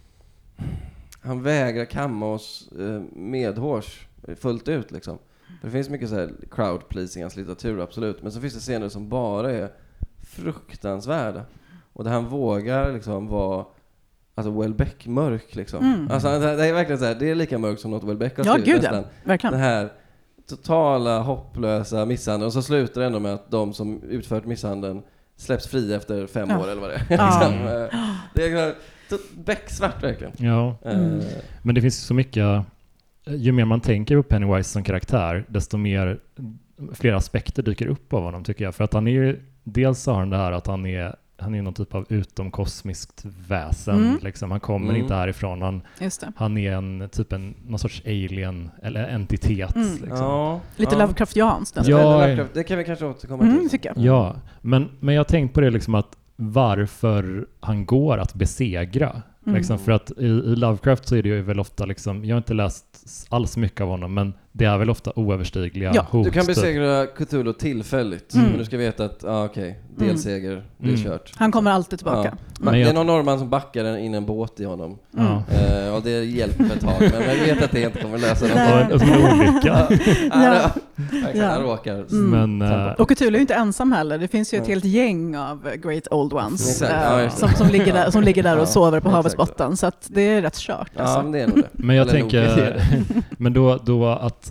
[SPEAKER 3] han vägrar kamma oss medhårs fullt ut liksom. För det finns mycket så här crowd pleasing i hans litteratur, absolut, men så finns det scener som bara är fruktansvärda, och där han vågar liksom vara alltså Welbeck mörk liksom. Mm. Alltså det är verkligen så här, det är lika mörkt som något Welbeck har skrivit.
[SPEAKER 2] Ja, gud, nästan. Ja. Verkligen.
[SPEAKER 3] Den här totala hopplösa misshandeln, och så slutar det ändå med att de som utfört misshandeln släpps fri efter fem ja. år eller vad det är.
[SPEAKER 2] Ja.
[SPEAKER 3] liksom. Det är becksvart verkligen.
[SPEAKER 1] Ja. Mm. Men det finns så mycket, ju mer man tänker på Pennywise som karaktär, desto mer fler aspekter dyker upp av honom, tycker jag. För att han är ju, dels har han det här att han är han är någon typ av utomkosmiskt väsen. Mm. Liksom. Han kommer mm. inte härifrån. Han, han är en typ en någon sorts alien eller entitet. Mm. Liksom. Ja.
[SPEAKER 2] Lite
[SPEAKER 3] ja.
[SPEAKER 2] Lovecraftianskt.
[SPEAKER 3] Ja, Lovecraft, det kan vi kanske återkomma
[SPEAKER 2] mm,
[SPEAKER 3] till.
[SPEAKER 2] Tycker jag.
[SPEAKER 1] Ja, men, men jag har tänkt på det liksom, att varför han går att besegra. Mm. Liksom, för att i, i Lovecraft så är det ju väl ofta liksom, jag har inte läst alls mycket av honom, men det är väl ofta oöverstigliga
[SPEAKER 2] ja.
[SPEAKER 1] hot.
[SPEAKER 3] Du kan besegra Cthulhu tillfälligt, mm. men du ska veta att ah, okej, okay, delseger, mm. det är
[SPEAKER 2] mm.
[SPEAKER 3] kört.
[SPEAKER 2] Han kommer alltid tillbaka.
[SPEAKER 3] Ja. Men det är någon norrman som backar in en båt i honom. Mm. Uh, och det hjälper ett tag, men jag vet att det inte kommer lösa något.
[SPEAKER 1] Och en olycka.
[SPEAKER 3] ja. Jag råkar.
[SPEAKER 2] Mm. Men, uh, och Cthulhu är ju inte ensam heller. Det finns ju ett helt gäng av Great Old Ones uh, ja, som, som ligger där, som ligger där och sover på ja, havets botten. Så att det är rätt kört. Alltså.
[SPEAKER 3] Ja, men det är nog det.
[SPEAKER 1] Men jag tänker, men då, då att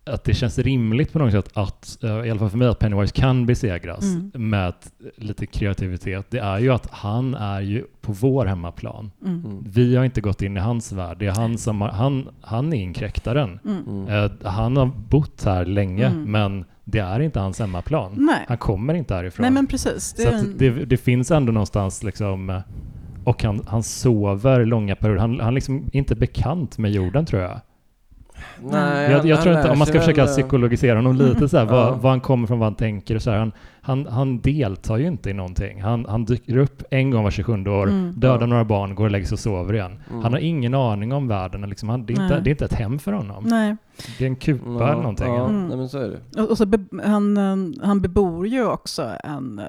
[SPEAKER 1] att det känns rimligt på något sätt att, uh, i alla fall för mig, att Pennywise kan besegras mm. med lite kreativitet. Det är ju att han är ju på vår hemmaplan. Mm. Mm. Vi har inte gått in i hans värld. Det är han som har, han, han är inkräktaren. Mm. Uh, han har bott här länge, mm. men det är inte hans hemmaplan.
[SPEAKER 2] Nej.
[SPEAKER 1] Han kommer inte härifrån.
[SPEAKER 2] Nej, men precis.
[SPEAKER 1] Det, så att det, det finns ändå någonstans liksom, och han, han sover långa perioder. Han, han liksom inte bekant med jorden, tror jag.
[SPEAKER 3] Nej,
[SPEAKER 1] jag, jag
[SPEAKER 3] han,
[SPEAKER 1] tror inte, om man ska försöka
[SPEAKER 3] väl...
[SPEAKER 1] psykologisera honom lite så här,
[SPEAKER 3] ja.
[SPEAKER 1] vad, vad han kommer från, vad han tänker och så här, han, han, han deltar ju inte i någonting. Han, han dyker upp en gång var tjugosjunde år, mm. dödar ja. några barn, går och lägger sig och sover igen. Mm. Han har ingen aning om världen. Liksom, han, det, är inte, det är inte ett hem för honom.
[SPEAKER 2] Nej.
[SPEAKER 1] Det är en kupa ja, eller någonting.
[SPEAKER 3] Ja, mm. Nej, men så är det.
[SPEAKER 2] Och, och så be, han, han bebor ju också en,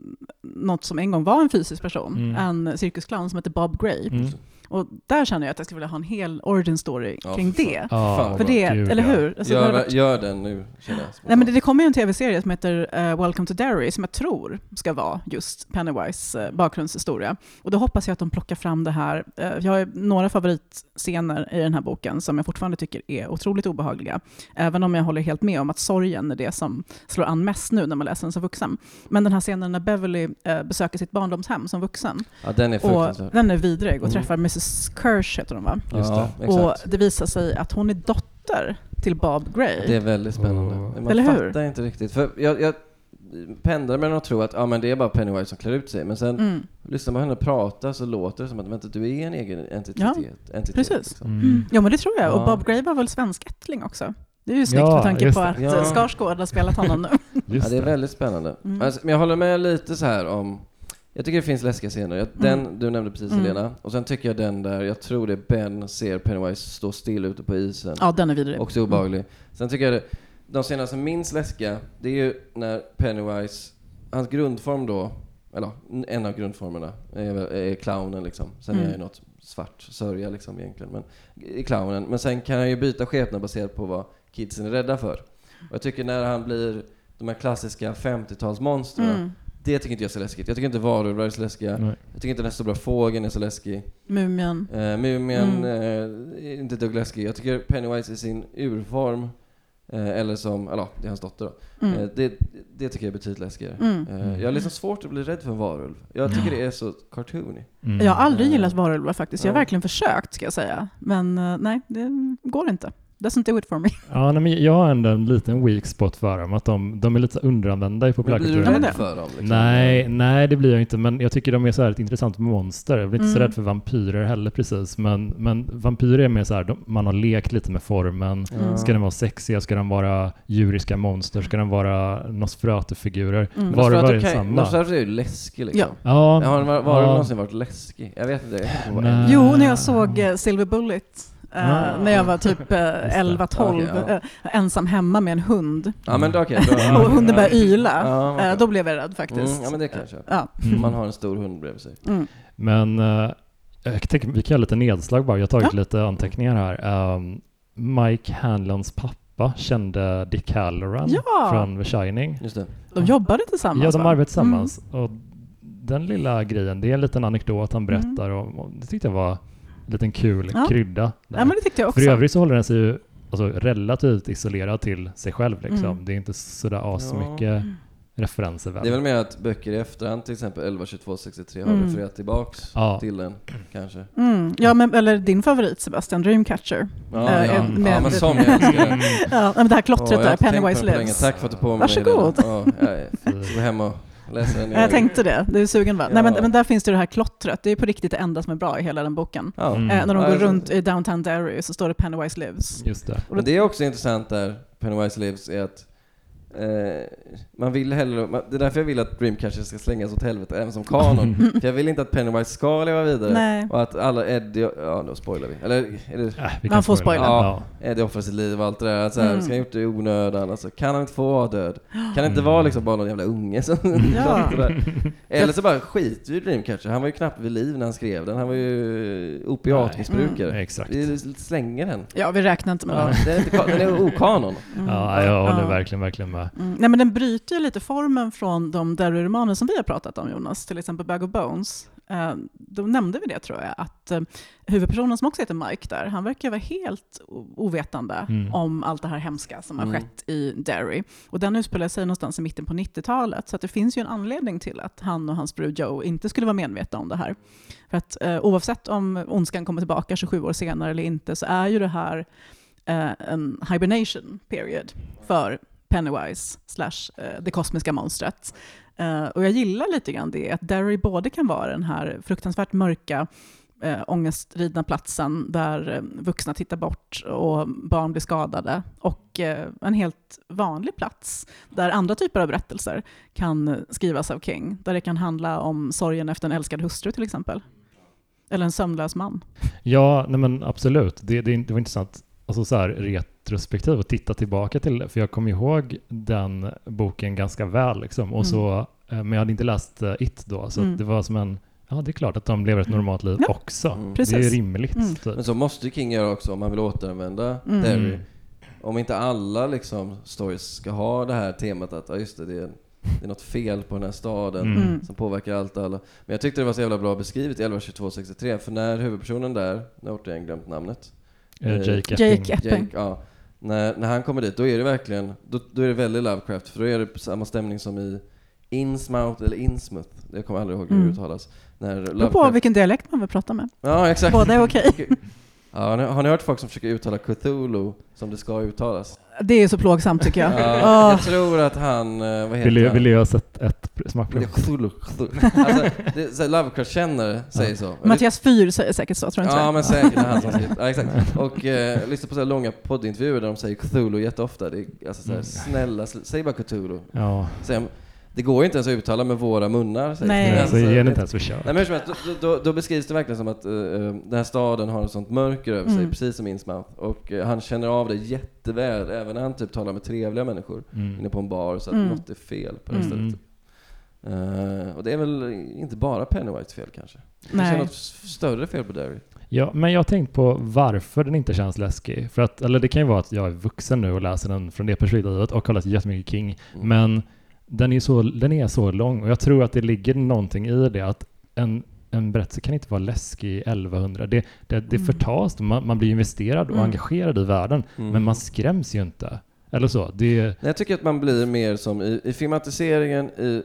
[SPEAKER 2] något som en gång var en fysisk person. Mm. En cirkusclown som heter Bob Gray. Mm. Och där känner jag att jag skulle vilja ha en hel origin story
[SPEAKER 3] ja,
[SPEAKER 2] kring det.
[SPEAKER 3] Ja,
[SPEAKER 2] för det,
[SPEAKER 1] Gud,
[SPEAKER 2] eller
[SPEAKER 1] ja.
[SPEAKER 2] hur? Alltså,
[SPEAKER 3] gör,
[SPEAKER 2] varit...
[SPEAKER 3] gör den nu, känner jag.
[SPEAKER 2] Nej, men det, det kommer ju en tv-serie som heter uh, Welcome to Derry som jag tror ska vara just Pennywise uh, bakgrundshistoria. Och då hoppas jag att de plockar fram det här. Uh, jag har några favoritscener i den här boken som jag fortfarande tycker är otroligt obehagliga. Även om jag håller helt med om att sorgen är det som slår an mest nu när man läser den som vuxen. Men den här scenen när Beverly uh, besöker sitt barndomshem som vuxen.
[SPEAKER 3] Ja, den är fruktansvärd.
[SPEAKER 2] Den är vidrig och
[SPEAKER 3] mm.
[SPEAKER 2] träffar missus Kirsch heter hon, va?
[SPEAKER 3] Just det,
[SPEAKER 2] ja, och det visar sig att hon är dotter till Bob Gray.
[SPEAKER 3] Det är väldigt spännande. Oh. Man
[SPEAKER 2] Eller
[SPEAKER 3] fattar
[SPEAKER 2] hur?
[SPEAKER 3] inte riktigt. För jag, jag pendlar med att tro att ja, men det är bara Pennywise som klär ut sig. Men sen mm. lyssnar man henne prata så låter det som att vänta, du är en egen entitet.
[SPEAKER 2] Ja,
[SPEAKER 3] entitet
[SPEAKER 2] precis.
[SPEAKER 3] Liksom.
[SPEAKER 2] Mm. Ja, men det tror jag. Ja. Och Bob Gray var väl svenskättling också. Det är ju snyggt ja, med tanke på att ja. Skarsgård har spelat honom nu.
[SPEAKER 3] Ja, det är väldigt spännande. Mm. Alltså, men jag håller med lite så här om... Jag tycker det finns läskiga scener. Den mm. du nämnde precis, mm. Helena. Och sen tycker jag den där, jag tror det är Ben ser Pennywise stå still ute på isen.
[SPEAKER 2] Ja, den är vidrig.
[SPEAKER 3] Också obehaglig. Mm. Sen tycker jag det, de scener som minst läskiga, det är ju när Pennywise, hans grundform då, eller en av grundformerna är, är clownen liksom. Sen mm. är det något svart sörja liksom egentligen. Men i clownen. Men sen kan han ju byta skepnad baserat på vad kidsen är rädda för. Och jag tycker när han blir de här klassiska femtiotalsmonstren, mm. det tycker inte jag är så läskigt. Jag tycker inte varulvar är så läskiga. Nej. Jag tycker inte den stora fågeln är så läskig.
[SPEAKER 2] Mumien.
[SPEAKER 3] Uh, Mumien mm. uh, är inte dugg läskig. Jag tycker Pennywise i sin urform, uh, eller som, eller det är hans dotter då. Mm. Uh, det, det tycker jag är betydligt läskigare. Mm. Uh, jag har liksom svårt att bli rädd för en varulv. Jag tycker det är så cartoony.
[SPEAKER 2] Mm. Jag har aldrig gillat varulvar faktiskt. Jag har verkligen försökt, ska jag säga. Men uh, nej, det går inte. Doesn't do it for me.
[SPEAKER 1] Ja, nej, men jag har ändå en liten weak spot för dem. Att de, de är lite underanvända i populärkulturen.
[SPEAKER 3] Blir du rädd för dem? Liksom?
[SPEAKER 1] Nej, nej, det blir jag inte. Men jag tycker de är så här ett intressant monster. Jag blir inte mm. så rädd för vampyrer heller precis. Men, men vampyrer är mer så här, de, man har lekt lite med formen. Mm. Ska den vara sexiga? Ska den vara djuriska monster? Ska den vara Nosferatu-figurer?
[SPEAKER 2] Mm.
[SPEAKER 1] Var det var det samma?
[SPEAKER 3] Nosferatu är ju läskig liksom.
[SPEAKER 2] Ja.
[SPEAKER 1] Ja.
[SPEAKER 3] Har den var, var
[SPEAKER 1] ja.
[SPEAKER 3] någonsin varit läskig? Jag vet inte. Jag
[SPEAKER 2] vet inte. Jo, när jag såg uh, Silver Bullet. Uh, ah. När jag var typ uh, elva tolv okay, ja. uh, ensam hemma med en hund.
[SPEAKER 3] Ja, men då, okay, då,
[SPEAKER 2] och hunden började yla. Ja, okay. uh, då blev jag rädd faktiskt.
[SPEAKER 3] Mm, ja, men det kanske.
[SPEAKER 2] Ja.
[SPEAKER 3] Mm. Man har en stor hund bredvid sig.
[SPEAKER 2] Mm.
[SPEAKER 1] Men uh, jag tänker, vi kan göra lite nedslag bara. Jag har tagit ja. lite anteckningar här. Um, Mike Hanlons pappa kände Dick Halloran ja. från The Shining.
[SPEAKER 3] Just det.
[SPEAKER 2] De jobbade tillsammans.
[SPEAKER 1] Ja, de arbetade tillsammans. Mm. Och den lilla grejen, det är en liten anekdot han berättar. Mm. Och, och det tyckte jag var en liten kul ja. krydda.
[SPEAKER 2] Ja, men det tyckte jag också.
[SPEAKER 1] För övrigt så håller den sig ju alltså, relativt isolerad till sig själv. Liksom. Mm. Det är inte sådär asmycket ja. referenser. Väl.
[SPEAKER 3] Det är väl mer att böcker i efterhand, till exempel elva tjugotvå sextiotre har mm. refererat tillbaks ja. till den, kanske.
[SPEAKER 2] Mm. Ja, men, eller din favorit, Sebastian, Dreamcatcher.
[SPEAKER 3] Ja, äh, ja. Med, ja men som jag älskar.
[SPEAKER 2] Ja, men det här klottret oh, där, Pennywise Lives.
[SPEAKER 3] Tack för att du på mig.
[SPEAKER 2] Varsågod.
[SPEAKER 3] Ja, jag ska gå hem och läsa den.
[SPEAKER 2] Jag tänkte det, du är sugen va? Ja. Nej, men, men där finns det det här klottret. Det är på riktigt det enda som är bra i hela den boken. Ja. Mm. Eh, när de går ja, runt i Downtown Derry så står det Pennywise Lives.
[SPEAKER 1] Just det.
[SPEAKER 3] Men det är också intressant där, Pennywise Lives, är att Eh, man vill hellre, man, det är därför jag vill att Dreamcatcher ska slängas åt helvete även som kanon. För jag vill inte att Pennywise ska leva vidare.
[SPEAKER 2] Nej.
[SPEAKER 3] Och att alla Eddie, ja då spoilar vi. Eller är det,
[SPEAKER 2] äh, vi man får spoila.
[SPEAKER 3] Ja, Eddie offrar sitt liv och allt det där. Att så här, mm. ska han gjort det i onödan? Alltså, kan han inte få vara död? Kan det inte vara liksom bara någon jävla unge som ja. Eller så bara skit i Dreamcatcher. Han var ju knappt vid liv när han skrev den. Han var ju opiatmissbrukare.
[SPEAKER 1] Mm. Exakt.
[SPEAKER 3] Vi slänger den.
[SPEAKER 2] Ja, vi räknar inte med
[SPEAKER 3] ja, den. Är inte, den är okanon.
[SPEAKER 1] Mm. Ja, jag håller ja. verkligen, verkligen med.
[SPEAKER 2] Mm. Nej, men den bryter ju lite formen från de Derry-romaner som vi har pratat om, Jonas. Till exempel Bag of Bones. eh, då nämnde vi det tror jag, att eh, huvudpersonen som också heter Mike där, han verkar vara helt ovetande mm. om allt det här hemska som mm. har skett i Derry. Och den utspelar sig någonstans i mitten på nittiotalet, så att det finns ju en anledning till att han och hans bror Joe inte skulle vara medvetna om det här. För att eh, oavsett om ondskan kommer tillbaka tjugosju år senare eller inte, så är ju det här eh, en hibernation period för Pennywise slash eh, det kosmiska monstret. Uh, och jag gillar lite grann det, att Derry både kan vara den här fruktansvärt mörka uh, ångestridna platsen där uh, vuxna tittar bort och barn blir skadade, och uh, en helt vanlig plats där andra typer av berättelser kan skrivas av King, där det kan handla om sorgen efter en älskad hustru till exempel, eller en sömnlös man.
[SPEAKER 1] Ja, nej men absolut, det, det, det var intressant. Alltså så här retrospektiv och titta tillbaka till det. För jag kommer ihåg den boken ganska väl. Liksom. Och mm. så, men jag hade inte läst It då. Så mm. det var som en... Ja, det är klart att de lever ett normalt liv ja. också. Mm. Det är rimligt. Mm. Typ.
[SPEAKER 3] Men så måste King göra också om man vill återanvända mm. Derry. Mm. Om inte alla liksom, stories ska ha det här temat att ja, just det, det är, det är något fel på den här staden mm. som påverkar allt och alla. Men jag tyckte det var så jävla bra beskrivet i elva tjugotvå sextiotre. För när huvudpersonen där, nu har jag glömt namnet.
[SPEAKER 1] Uh, Jake Epping.
[SPEAKER 2] Jake Epping.
[SPEAKER 3] Jake, ja. när, när han kommer dit, då är det verkligen då, då är det väldigt Lovecraft, för då är det samma stämning som i Innsmouth eller Innsmouth. Jag kommer aldrig ihåg hur det mm. uttalas. När Lovecraft...
[SPEAKER 2] på vilken dialekt man vill prata med.
[SPEAKER 3] Ja, exakt.
[SPEAKER 2] Båda är okej. Okay.
[SPEAKER 3] Ja, har, ni, har ni hört folk som försöker uttala Cthulhu som det ska uttalas?
[SPEAKER 2] Det är så plågsamt tycker jag.
[SPEAKER 3] Ja, jag tror att han... Vad heter
[SPEAKER 1] vill,
[SPEAKER 3] han?
[SPEAKER 1] Vill jag ha sett ett smakprov?
[SPEAKER 3] Cthulhu, Cthulhu. Alltså, det, så Lovecraft-kännare säger så.
[SPEAKER 2] Mattias Fyr säger säkert så, tror jag inte.
[SPEAKER 3] Ja, men säkert. Han som säger, ja, exakt. Och eh, lyssna på så här långa poddintervjuer där de säger Cthulhu jätteofta. Det är alltså så här, snälla, säg bara Cthulhu. Ja. Säg, det går inte ens att uttala med våra munnar.
[SPEAKER 2] Nej.
[SPEAKER 1] Så, så ger det inte ens för kör.
[SPEAKER 3] Nej, men då, då, då beskrivs det verkligen som att uh, den här staden har ett sånt mörker över sig, mm. precis som Innsmouth. Och uh, han känner av det jätteväl, även när han typ talar med trevliga människor mm. inne på en bar, så att mm. något är fel på det mm. stället. Uh, och det är väl inte bara Pennywise fel kanske. Det är något större fel på Derry.
[SPEAKER 1] Ja, men jag har tänkt på varför den inte känns läskig. För att, eller det kan ju vara att jag är vuxen nu och läser den från det perspektivet och har läst jättemycket King. Mm. Men den är, så, den är så lång, och jag tror att det ligger någonting i det, att en, en berättelse kan inte vara läskig i elvahundra. Det, det, det mm. förtas, man, man blir investerad och mm. engagerad i världen, mm. men man skräms ju inte. Eller så. Det...
[SPEAKER 3] Jag tycker att man blir mer som i, i filmatiseringen i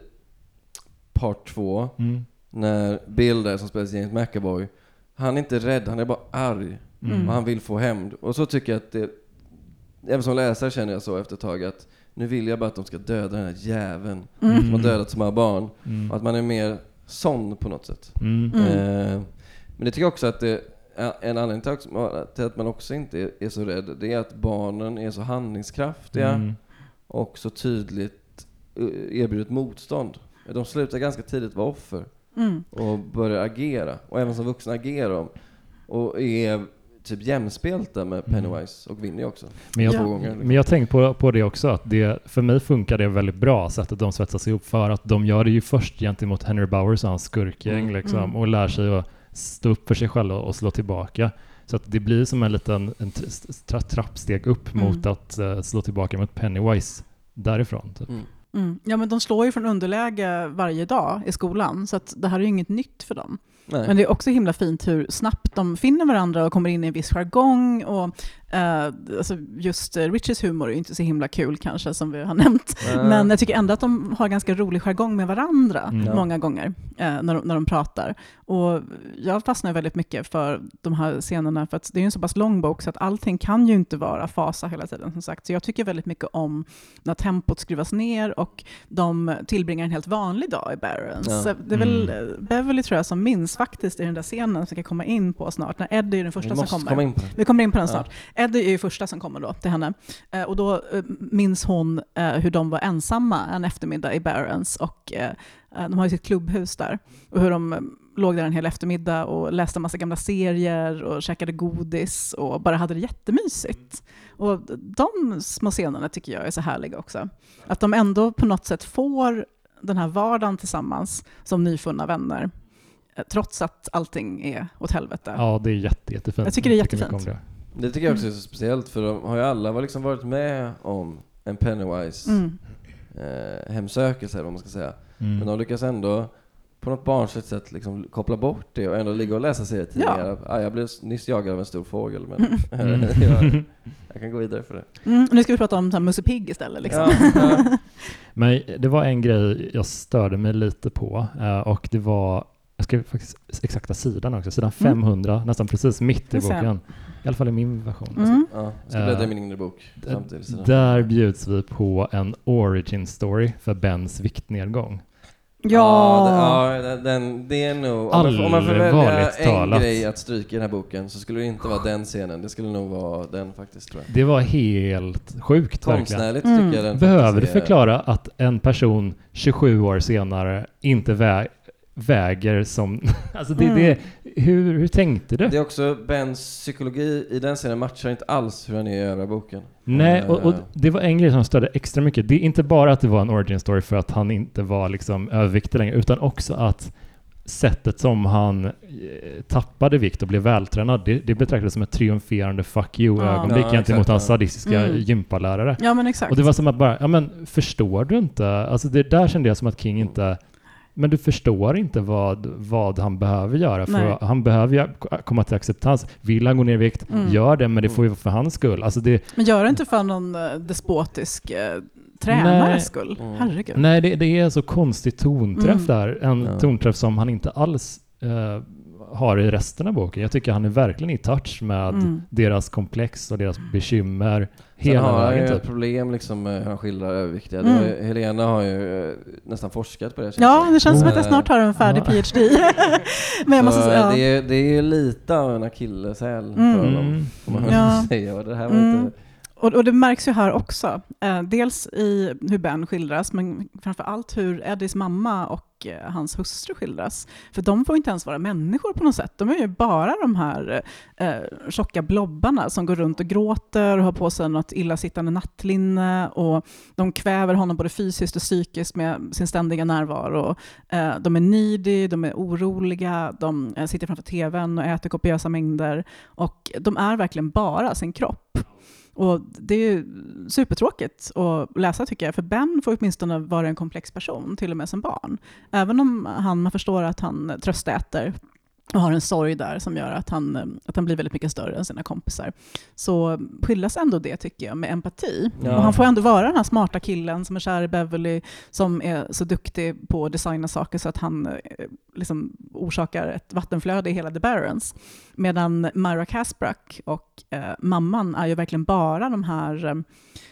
[SPEAKER 3] part två, mm. när Bill där som spelar James McAvoy, han är inte rädd, han är bara arg. Mm. Och han vill få hämnd. Och så tycker jag att det, även som läsare känner jag så efter ett tag, att nu vill jag bara att de ska döda den här jäveln mm. som har dödat så många barn. Mm. Och att man är mer sån på något sätt. Mm. Eh, men det tycker jag också att det, en anledning till att man också inte är, är så rädd, det är att barnen är så handlingskraftiga mm. och så tydligt erbjuder ett motstånd. De slutar ganska tidigt vara offer mm. och börjar agera. Och även som vuxna agerar de. Och är typ jämspelta med Pennywise och vinner också.
[SPEAKER 1] Men jag, ja. men jag tänkte på, på det också, att det, för mig funkar det väldigt bra sättet de svetsas ihop, för att de gör det ju först gentemot Henry Bowers och hans skurkgäng mm. liksom, mm. och lär sig att stå upp för sig själva och slå tillbaka. Så att det blir som en liten en tra- trappsteg upp mm. mot att uh, slå tillbaka mot Pennywise därifrån. Typ.
[SPEAKER 2] Mm. Mm. Ja, men de slår ju från underläge varje dag i skolan, så att det här är ju inget nytt för dem. Nej. Men det är också himla fint hur snabbt de finner varandra och kommer in i en viss jargong. Och uh, alltså just uh, Richies humor är ju inte så himla kul kanske, som vi har nämnt. Mm. Men jag tycker ändå att de har ganska rolig jargong med varandra mm. många gånger uh, när, de, när de pratar. Och jag fastnar väldigt mycket för de här scenerna, för att det är ju en så pass lång bok så att allting kan ju inte vara fasa hela tiden, som sagt. Så jag tycker väldigt mycket om när tempot skruvas ner och de tillbringar en helt vanlig dag i Barrens. Ja. Det är väl mm. Beverly, tror jag, som minns faktiskt i den där scenen som vi ska komma in på snart, när Eddie är den första som kommer.
[SPEAKER 3] Komma in på
[SPEAKER 2] vi kommer in på den snart. Ja. Eddie är ju första som kommer då till henne. Eh, och då eh, minns hon eh, hur de var ensamma en eftermiddag i Barrens, och eh, de har ju sitt klubbhus där. Och hur de eh, låg där en hel eftermiddag och läste en massa gamla serier och käkade godis och bara hade det jättemysigt. Och de små scenerna tycker jag är så härliga också. Att de ändå på något sätt får den här vardagen tillsammans som nyfunna vänner, trots att allting är åt helvete.
[SPEAKER 1] Ja, det är jätte, jättefint.
[SPEAKER 2] Jag tycker det är jättefint.
[SPEAKER 3] Det. det tycker jag också är så speciellt, för de har ju alla liksom varit med om en Pennywise mm. eh, hemsökelse, vad man ska säga. Mm. Men de lyckas ändå på något barnsligt sätt liksom koppla bort det och ändå ligga och läsa serietidningar.
[SPEAKER 2] Ja.
[SPEAKER 3] Ah, jag blev nyss jagad av en stor fågel, men
[SPEAKER 2] Mm.
[SPEAKER 3] jag, jag kan gå vidare för det.
[SPEAKER 2] Mm, nu ska vi prata om så här Musse Pigg istället. Liksom.
[SPEAKER 3] Ja, ja.
[SPEAKER 1] Men det var en grej jag störde mig lite på eh, och det var, jag skrev faktiskt exakta sidan också, sidan
[SPEAKER 2] Mm.
[SPEAKER 1] femhundra, nästan precis mitt i
[SPEAKER 2] Får se.
[SPEAKER 1] boken. I alla fall i min version.
[SPEAKER 2] Mm.
[SPEAKER 3] Ja, jag ska bläddra i
[SPEAKER 1] Eh,
[SPEAKER 3] min inre bok. Samtidigt.
[SPEAKER 1] Där bjuds vi på en origin story för Bens viktnedgång.
[SPEAKER 2] Ja,
[SPEAKER 3] Ja, det, ja den, den, det är nog... Om man, får- om man får välja
[SPEAKER 1] Allvarligt
[SPEAKER 3] en
[SPEAKER 1] talat.
[SPEAKER 3] grej att stryka i den här boken så skulle det inte vara den scenen. Det skulle nog vara den faktiskt, tror jag.
[SPEAKER 1] Det var helt sjukt verkligen.
[SPEAKER 3] Konstnärligt
[SPEAKER 2] Mm.
[SPEAKER 3] tycker jag den
[SPEAKER 1] Behöver du
[SPEAKER 3] faktiskt är-
[SPEAKER 1] förklara att en person tjugosju år senare inte vä- väger som... alltså det,
[SPEAKER 2] Mm.
[SPEAKER 1] det, hur, hur tänkte du?
[SPEAKER 3] Det är också Bens psykologi i den scenen matchar inte alls hur han är i övriga boken.
[SPEAKER 1] Nej, och, och
[SPEAKER 3] Eh,
[SPEAKER 1] det var en grej som störde extra mycket. Det är inte bara att det var en origin story för att han inte var liksom överviktig längre, utan också att sättet som han eh, tappade vikt och blev vältränad, det, det betraktades som ett triumferande fuck you-ögonblick
[SPEAKER 3] Ja,
[SPEAKER 1] gentemot
[SPEAKER 3] exakt,
[SPEAKER 1] hans
[SPEAKER 3] ja.
[SPEAKER 1] sadistiska
[SPEAKER 2] Mm.
[SPEAKER 1] gympalärare.
[SPEAKER 2] ja, men exakt.
[SPEAKER 1] Och det var som att bara, ja men förstår du inte? Alltså det där kände jag som att King inte, men du förstår inte vad, vad han behöver göra. För
[SPEAKER 2] Nej.
[SPEAKER 1] han behöver ju komma till acceptans. Vill han gå ner i vikt,
[SPEAKER 2] Mm.
[SPEAKER 1] gör det, men det får ju vara för hans skull. Alltså det,
[SPEAKER 2] Men gör det inte för någon uh, despotisk uh, tränares
[SPEAKER 1] Nej.
[SPEAKER 2] skull.
[SPEAKER 3] Mm.
[SPEAKER 2] Herregud.
[SPEAKER 1] nej, det, det är så konstig tonträff
[SPEAKER 2] Mm.
[SPEAKER 1] där. En
[SPEAKER 3] Ja.
[SPEAKER 1] tonträff som han inte alls eh, har i resten av boken. Jag tycker han är verkligen i touch med
[SPEAKER 2] Mm.
[SPEAKER 1] deras komplex och deras bekymmer
[SPEAKER 3] Sen
[SPEAKER 1] hela
[SPEAKER 3] har han ju
[SPEAKER 1] vägen.
[SPEAKER 3] ett
[SPEAKER 1] Typ.
[SPEAKER 3] problem liksom med hur han skildrar överviktiga.
[SPEAKER 2] Mm.
[SPEAKER 3] Det har ju, Helena har ju eh, nästan forskat på det. känns
[SPEAKER 2] Ja, det känns som att jag
[SPEAKER 3] Eh,
[SPEAKER 2] snart har en färdig
[SPEAKER 1] Ja.
[SPEAKER 2] PhD. Men jag måste
[SPEAKER 3] så,
[SPEAKER 2] säga...
[SPEAKER 3] eh, det, är, det är ju lite av en akilleshäl
[SPEAKER 2] Mm.
[SPEAKER 3] för honom,
[SPEAKER 1] Mm.
[SPEAKER 3] får man
[SPEAKER 2] Ja.
[SPEAKER 3] väl säga. Och det här var
[SPEAKER 2] Mm.
[SPEAKER 3] inte...
[SPEAKER 2] Och, och det märks ju här också. Eh, dels i hur Ben skildras, men framför allt hur Eddies mamma och eh, hans hustru skildras. För de får inte ens vara människor på något sätt. De är ju bara de här eh, tjocka blobbarna som går runt och gråter och har på sig något illasittande nattlinne. Och de kväver honom både fysiskt och psykiskt med sin ständiga närvaro. Eh, de är needy, de är oroliga, de eh, sitter framför tvn och äter kopiösa mängder. Och de är verkligen bara sin kropp. Och det är ju supertråkigt att läsa tycker jag, för Ben får åtminstone vara en komplex person, till och med som barn. Även om han, man förstår att han tröstäter och har en sorg där som gör att han, att han blir väldigt mycket större än sina kompisar. Så skildras ändå det tycker jag med empati.
[SPEAKER 3] Ja.
[SPEAKER 2] Och han får ändå vara den här smarta killen som är kär i Beverly, som är så duktig på att designa saker så att han eh, liksom orsakar ett vattenflöde i hela The Barrens. Medan Myra Casbrack och eh, mamman är ju verkligen bara de här... Eh,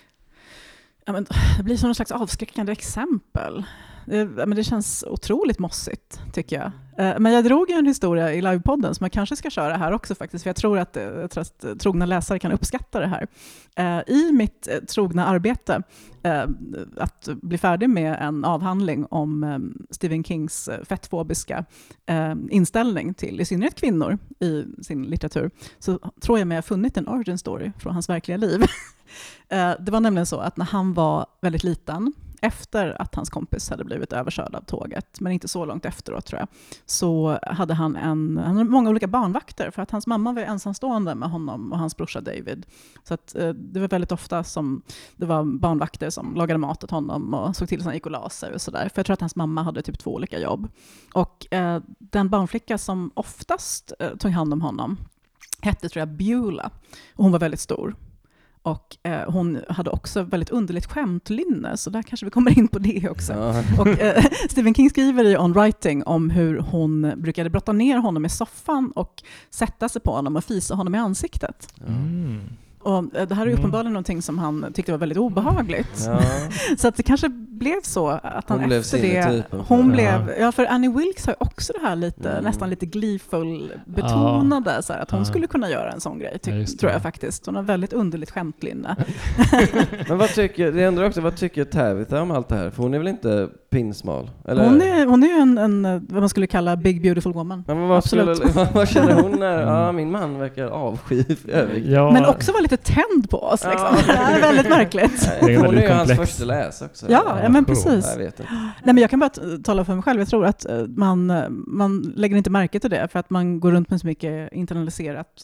[SPEAKER 2] ja, men, det blir som någon slags avskräckande exempel. Det, men det känns otroligt mossigt, tycker jag. Eh, men jag drog ju en historia i livepodden som jag kanske ska köra här också faktiskt, för jag tror att, jag tror att trogna läsare kan uppskatta det här. Eh, I mitt eh, trogna arbete eh, att bli färdig med en avhandling om eh, Stephen Kings eh, fettfobiska eh, inställning till i synnerhet kvinnor i sin litteratur, så tror jag mig ha funnit en origin story från hans verkliga liv. eh, det var nämligen så att när han var väldigt liten, efter att hans kompis hade blivit överkörd av tåget, men inte så långt efteråt tror jag, så hade han, en, han hade många olika barnvakter, för att hans mamma var ensamstående med honom och hans brorsa David. Så att, eh, det var väldigt ofta som det var barnvakter som lagade mat åt honom och såg till att han gick och la sig och sådär. För jag tror att hans mamma hade typ två olika jobb. Och eh, den barnflicka som oftast eh, tog hand om honom hette, tror jag, Beulah. Och hon var väldigt stor. Och eh, hon hade också väldigt underligt skämtlynne, så där kanske vi kommer in på det också.
[SPEAKER 3] Ja.
[SPEAKER 2] Och eh, Stephen King skriver i On Writing om hur hon brukade brotta ner honom i soffan och sätta sig på honom och fisa honom i ansiktet.
[SPEAKER 1] Mm.
[SPEAKER 2] Och eh, det här är uppenbarligen någonting som han tyckte var väldigt obehagligt.
[SPEAKER 3] Ja.
[SPEAKER 2] Så att det kanske blev så att han
[SPEAKER 3] Hon blev
[SPEAKER 2] efter det...
[SPEAKER 3] sinnetypen.
[SPEAKER 2] Hon
[SPEAKER 1] Ja.
[SPEAKER 2] blev... Ja, för Annie Wilkes har ju också det här lite,
[SPEAKER 3] Mm.
[SPEAKER 2] nästan lite gleeful betonade, så här, att hon
[SPEAKER 1] Ja.
[SPEAKER 2] skulle kunna göra en sån grej, ty-
[SPEAKER 1] Ja, just det.
[SPEAKER 2] tror jag faktiskt. Hon har väldigt underligt skämtlynne.
[SPEAKER 3] Men vad tycker, det undrar också, vad tycker Tabitha om allt det här? För hon är väl inte pinsmal? Eller?
[SPEAKER 2] Hon är, hon är ju en, en, vad man skulle kalla big beautiful woman.
[SPEAKER 3] Ja, men vad,
[SPEAKER 2] Absolut.
[SPEAKER 3] skulle, vad, vad känner hon när,
[SPEAKER 1] Mm.
[SPEAKER 3] ja, min man verkar avsky övervikt.
[SPEAKER 1] Ja,
[SPEAKER 2] Men också var lite tänd på oss. Liksom.
[SPEAKER 3] Ja.
[SPEAKER 2] Det är väldigt märkligt.
[SPEAKER 3] Nej,
[SPEAKER 1] Det är
[SPEAKER 3] hon är
[SPEAKER 1] väldigt
[SPEAKER 3] ju hans
[SPEAKER 1] komplext.
[SPEAKER 3] första läs också.
[SPEAKER 2] Ja, ja, men
[SPEAKER 1] cool.
[SPEAKER 2] precis.
[SPEAKER 3] Jag vet inte.
[SPEAKER 2] Nej, men jag kan bara t- tala för mig själv. Jag tror att eh, man, man lägger inte märke till det, för att man går runt med så mycket internaliserat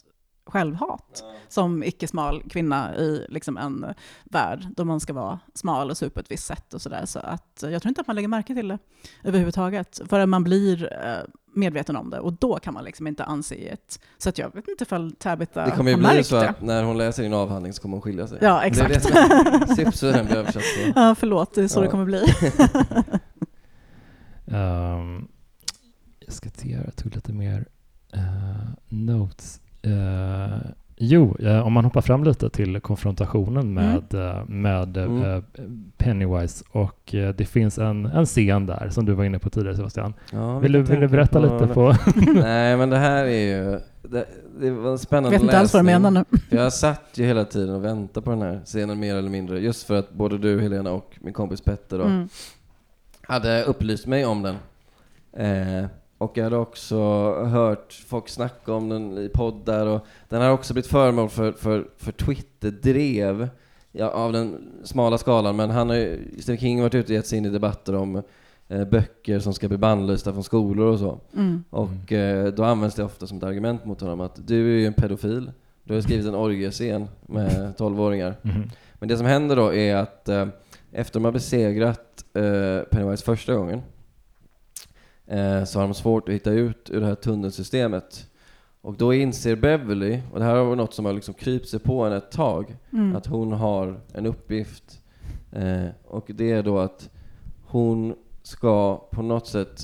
[SPEAKER 2] självhat som icke-smal kvinna i liksom en värld då man ska vara smal och se upp på ett visst sätt och sådär. Så att jag tror inte att man lägger märke till det överhuvudtaget förrän man blir medveten om det, och då kan man liksom inte anse ett. Så att jag vet inte ifall Tabitha
[SPEAKER 3] det kommer ju
[SPEAKER 2] har
[SPEAKER 3] bli
[SPEAKER 2] märkt
[SPEAKER 3] så
[SPEAKER 2] det.
[SPEAKER 3] att när hon läser din avhandling så kommer hon skilja sig.
[SPEAKER 2] Ja, exakt.
[SPEAKER 3] Det är det som är, så den blir översatt så.
[SPEAKER 2] Ja, förlåt, det är så
[SPEAKER 3] ja.
[SPEAKER 2] det kommer bli.
[SPEAKER 1] um, jag ska se, jag tog lite mer uh, notes. Uh, jo, uh, om man hoppar fram lite till konfrontationen med, mm. uh, med uh, mm. Pennywise, och uh, det finns en, en scen där som du var inne på tidigare, Sebastian. Ja, vill, du, vill du berätta på, lite på?
[SPEAKER 3] Nej, men det här är ju det, det var en spännande läsning.
[SPEAKER 2] Jag vet inte alls vad du menar nu.
[SPEAKER 3] Jag satt ju hela tiden och väntade på den här scenen mer eller mindre, just för att både du, Helena, och min kompis Petter då, mm. hade upplyst mig om den. Eh, Och jag hade också hört folk snacka om den i poddar, och den har också blivit föremål för, för, för Twitter-drev, ja, av den smala skalan. Men han har ju, Stephen King har varit ute och gett sig in i debatter om eh, böcker som ska bli bannlysta från skolor och så. Mm. Och eh, då används det ofta som ett argument mot honom att du är ju en pedofil. Du har skrivit en orgiescen med tolvåringar. Mm. Men det som händer då är att eh, efter de har besegrat eh, Pennywise första gången, så har de svårt att hitta ut ur det här tunnelsystemet. Och då inser Beverly, och det här var något som har liksom krypt sig på henne ett tag, mm. att hon har en uppgift. Eh, och det är då att hon ska på något sätt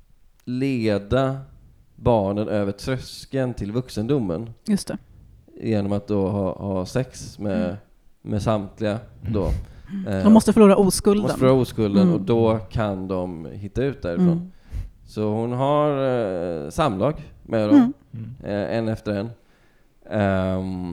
[SPEAKER 3] leda barnen över tröskeln till vuxendomen.
[SPEAKER 2] Just det.
[SPEAKER 3] Genom att då ha, ha sex med, mm. med samtliga då.
[SPEAKER 2] Eh, de måste förlora oskulden.
[SPEAKER 3] Måste förlora oskulden mm. och då kan de hitta ut därifrån. Mm. Så hon har eh, samlag med dem, mm. eh, en efter en. Um,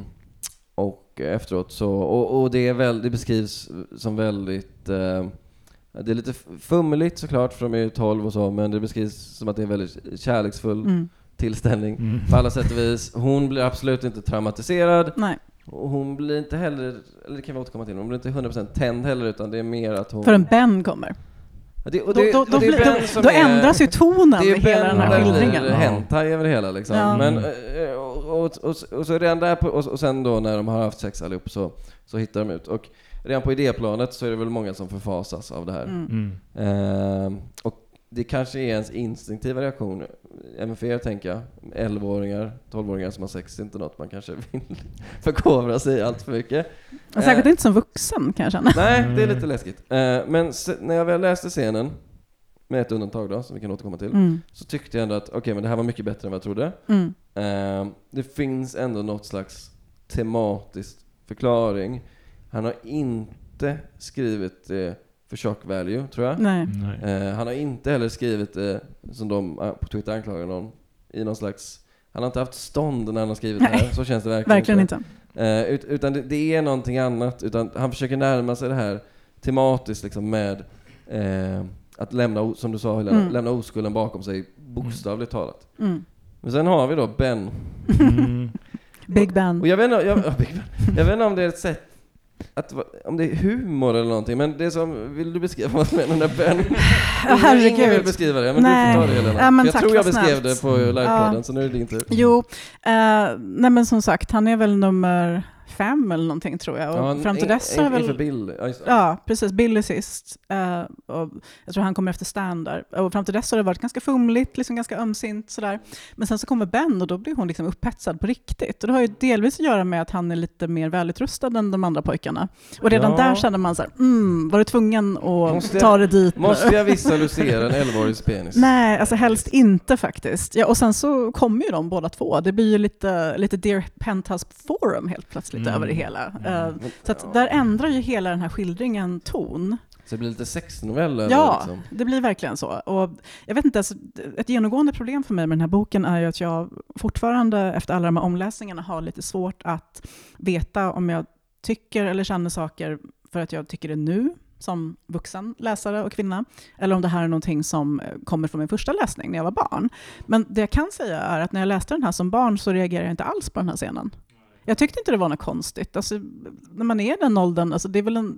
[SPEAKER 3] och efteråt så, och, och det, är väl, det beskrivs som väldigt, eh, det är lite fummeligt såklart för de är ju tolv och så, men det beskrivs som att det är en väldigt kärleksfull mm. tillställning mm. på alla sätt och vis. Hon blir absolut inte traumatiserad.
[SPEAKER 2] Nej.
[SPEAKER 3] Och hon blir inte heller, eller det kan vi återkomma till, hon blir inte hundra procent tänd heller, utan det är mer att hon...
[SPEAKER 2] För en Ben kommer.
[SPEAKER 3] Det, och det,
[SPEAKER 2] då då,
[SPEAKER 3] och det
[SPEAKER 2] då, då, då ändras ju tonen i hela den här skildringen.
[SPEAKER 3] Det är hentai över hela liksom. Ja. Men, och, och, och, och, så redan där på, och, och sen då när de har haft sex allihop så, så hittar de ut. Och redan på idéplanet så är det väl många som förfasas av det här. Mm. Mm. Uh, och det kanske är ens instinktiva reaktion, även för er tänker jag, elvaåringar, tolvåringar som har sex, är inte något man kanske vill förkovra sig allt för mycket.
[SPEAKER 2] Och säkert uh, inte som vuxen kanske.
[SPEAKER 3] Nej, det är lite läskigt. Uh, men se, när jag väl läste scenen, med ett undantag då, som vi kan återkomma till, mm. så tyckte jag ändå att okej, okay, men det här var mycket bättre än vad jag trodde. Mm. Uh, det finns ändå något slags tematisk förklaring. Han har inte skrivit det uh, för shock value, tror jag.
[SPEAKER 2] Nej.
[SPEAKER 3] Uh, han har inte heller skrivit uh, som de uh, på Twitter anklagar någon i någon slags... Han har inte haft stånd när han har skrivit det här. Så känns det verkligen.
[SPEAKER 2] Verkligen inte.
[SPEAKER 3] Uh, ut, utan det, det är någonting annat. Utan han försöker närma sig det här tematiskt liksom, med uh, att lämna, som du sa, Helena, mm. lämna oskulden bakom sig, bokstavligt mm. talat. Mm. Men sen har vi då Ben.
[SPEAKER 2] Mm. Big Ben.
[SPEAKER 3] Och jag vet inte, jag, jag, Big Ben. Jag vet inte om det är ett sätt att, om det är humor eller någonting, men det som, vill du beskriva vad du menar med Ben?
[SPEAKER 2] Herregud.
[SPEAKER 3] Ingen vill beskriva det, men nej. Du får ta det, Helena.
[SPEAKER 2] Ja, men
[SPEAKER 3] jag
[SPEAKER 2] tack,
[SPEAKER 3] tror jag beskrev
[SPEAKER 2] snällt.
[SPEAKER 3] det på livepodden, ja. Så nu är det din tur.
[SPEAKER 2] Jo, uh, nej men som sagt, han är väl nummer fem eller någonting tror jag. Och
[SPEAKER 3] ja,
[SPEAKER 2] fram till
[SPEAKER 3] en,
[SPEAKER 2] dess
[SPEAKER 3] en,
[SPEAKER 2] är väl...
[SPEAKER 3] för Bill. Ja,
[SPEAKER 2] ja, precis. Bill är sist. Uh, och jag tror han kommer efter Stan där. Och fram till dess har det varit ganska fumligt, liksom ganska ömsint sådär. Men sen så kommer Ben och då blir hon liksom upphetsad på riktigt. Och det har ju delvis att göra med att han är lite mer välutrustad än de andra pojkarna. Och redan ja. där känner man så här, mm, var du tvungen att måste ta det dit?
[SPEAKER 3] Måste jag visualisera en elvaårigs penis?
[SPEAKER 2] Nej, alltså helst inte faktiskt. Ja, och sen så kommer ju de båda två. Det blir ju lite, lite Dear Penthouse Forum helt plötsligt. Mm. över det hela. Mm. Uh, så att där ändrar ju hela den här skildringen ton.
[SPEAKER 3] Så det blir lite sexnovell?
[SPEAKER 2] Ja,
[SPEAKER 3] liksom.
[SPEAKER 2] Det blir verkligen så. Och jag vet inte, alltså, ett genomgående problem för mig med den här boken är ju att jag fortfarande efter alla de här omläsningarna har lite svårt att veta om jag tycker eller känner saker för att jag tycker det nu som vuxen läsare och kvinna, eller om det här är någonting som kommer från min första läsning när jag var barn. Men det jag kan säga är att när jag läste den här som barn så reagerade jag inte alls på den här scenen. Jag tyckte inte det var något konstigt. Alltså, när man är i den åldern, alltså det är väl en,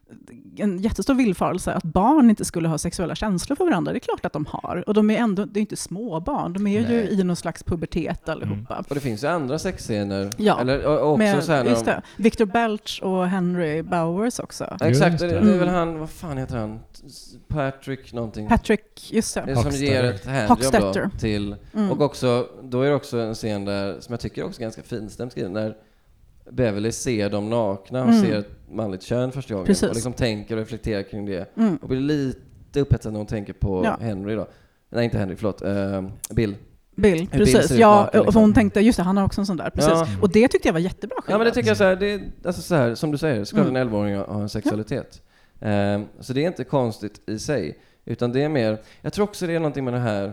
[SPEAKER 2] en jättestor villfarelse att barn inte skulle ha sexuella känslor för varandra. Det är klart att de har. Och de är ändå, det är inte små barn. De är Nej. ju i någon slags pubertet allihopa. Mm.
[SPEAKER 3] Och det finns ju andra sexscener.
[SPEAKER 2] Ja,
[SPEAKER 3] Eller, och också
[SPEAKER 2] med,
[SPEAKER 3] så här
[SPEAKER 2] just
[SPEAKER 3] de...
[SPEAKER 2] det. Victor Belch och Henry Bowers också.
[SPEAKER 3] Ja, exakt, det. Det, det är väl han, vad fan heter han? Patrick någonting.
[SPEAKER 2] Patrick, just det.
[SPEAKER 3] Det är som ger ett handjobb då till...
[SPEAKER 2] Mm.
[SPEAKER 3] Och också, då är det också en scen där, som jag tycker är också ganska finstämt skriven, när Beverly ser dem nakna och mm. ser ett manligt kön första gången. Precis. Och liksom tänker och reflekterar kring det. Mm. Och blir lite upphetsad när hon tänker på ja. Henry då. Nej, inte Henry, förlåt. Uh, Bill.
[SPEAKER 2] Bill, precis. Bill ja, naken, liksom. Och hon tänkte, just det, han har också en sån där. Precis. Ja. Och det tyckte jag var jättebra skillnad.
[SPEAKER 3] Ja, men det tycker jag så här, det är, alltså så här, som du säger, ska mm. en elvaåring ha en sexualitet. Ja. Um, så det är inte konstigt i sig. Utan det är mer, jag tror också det är någonting med det här,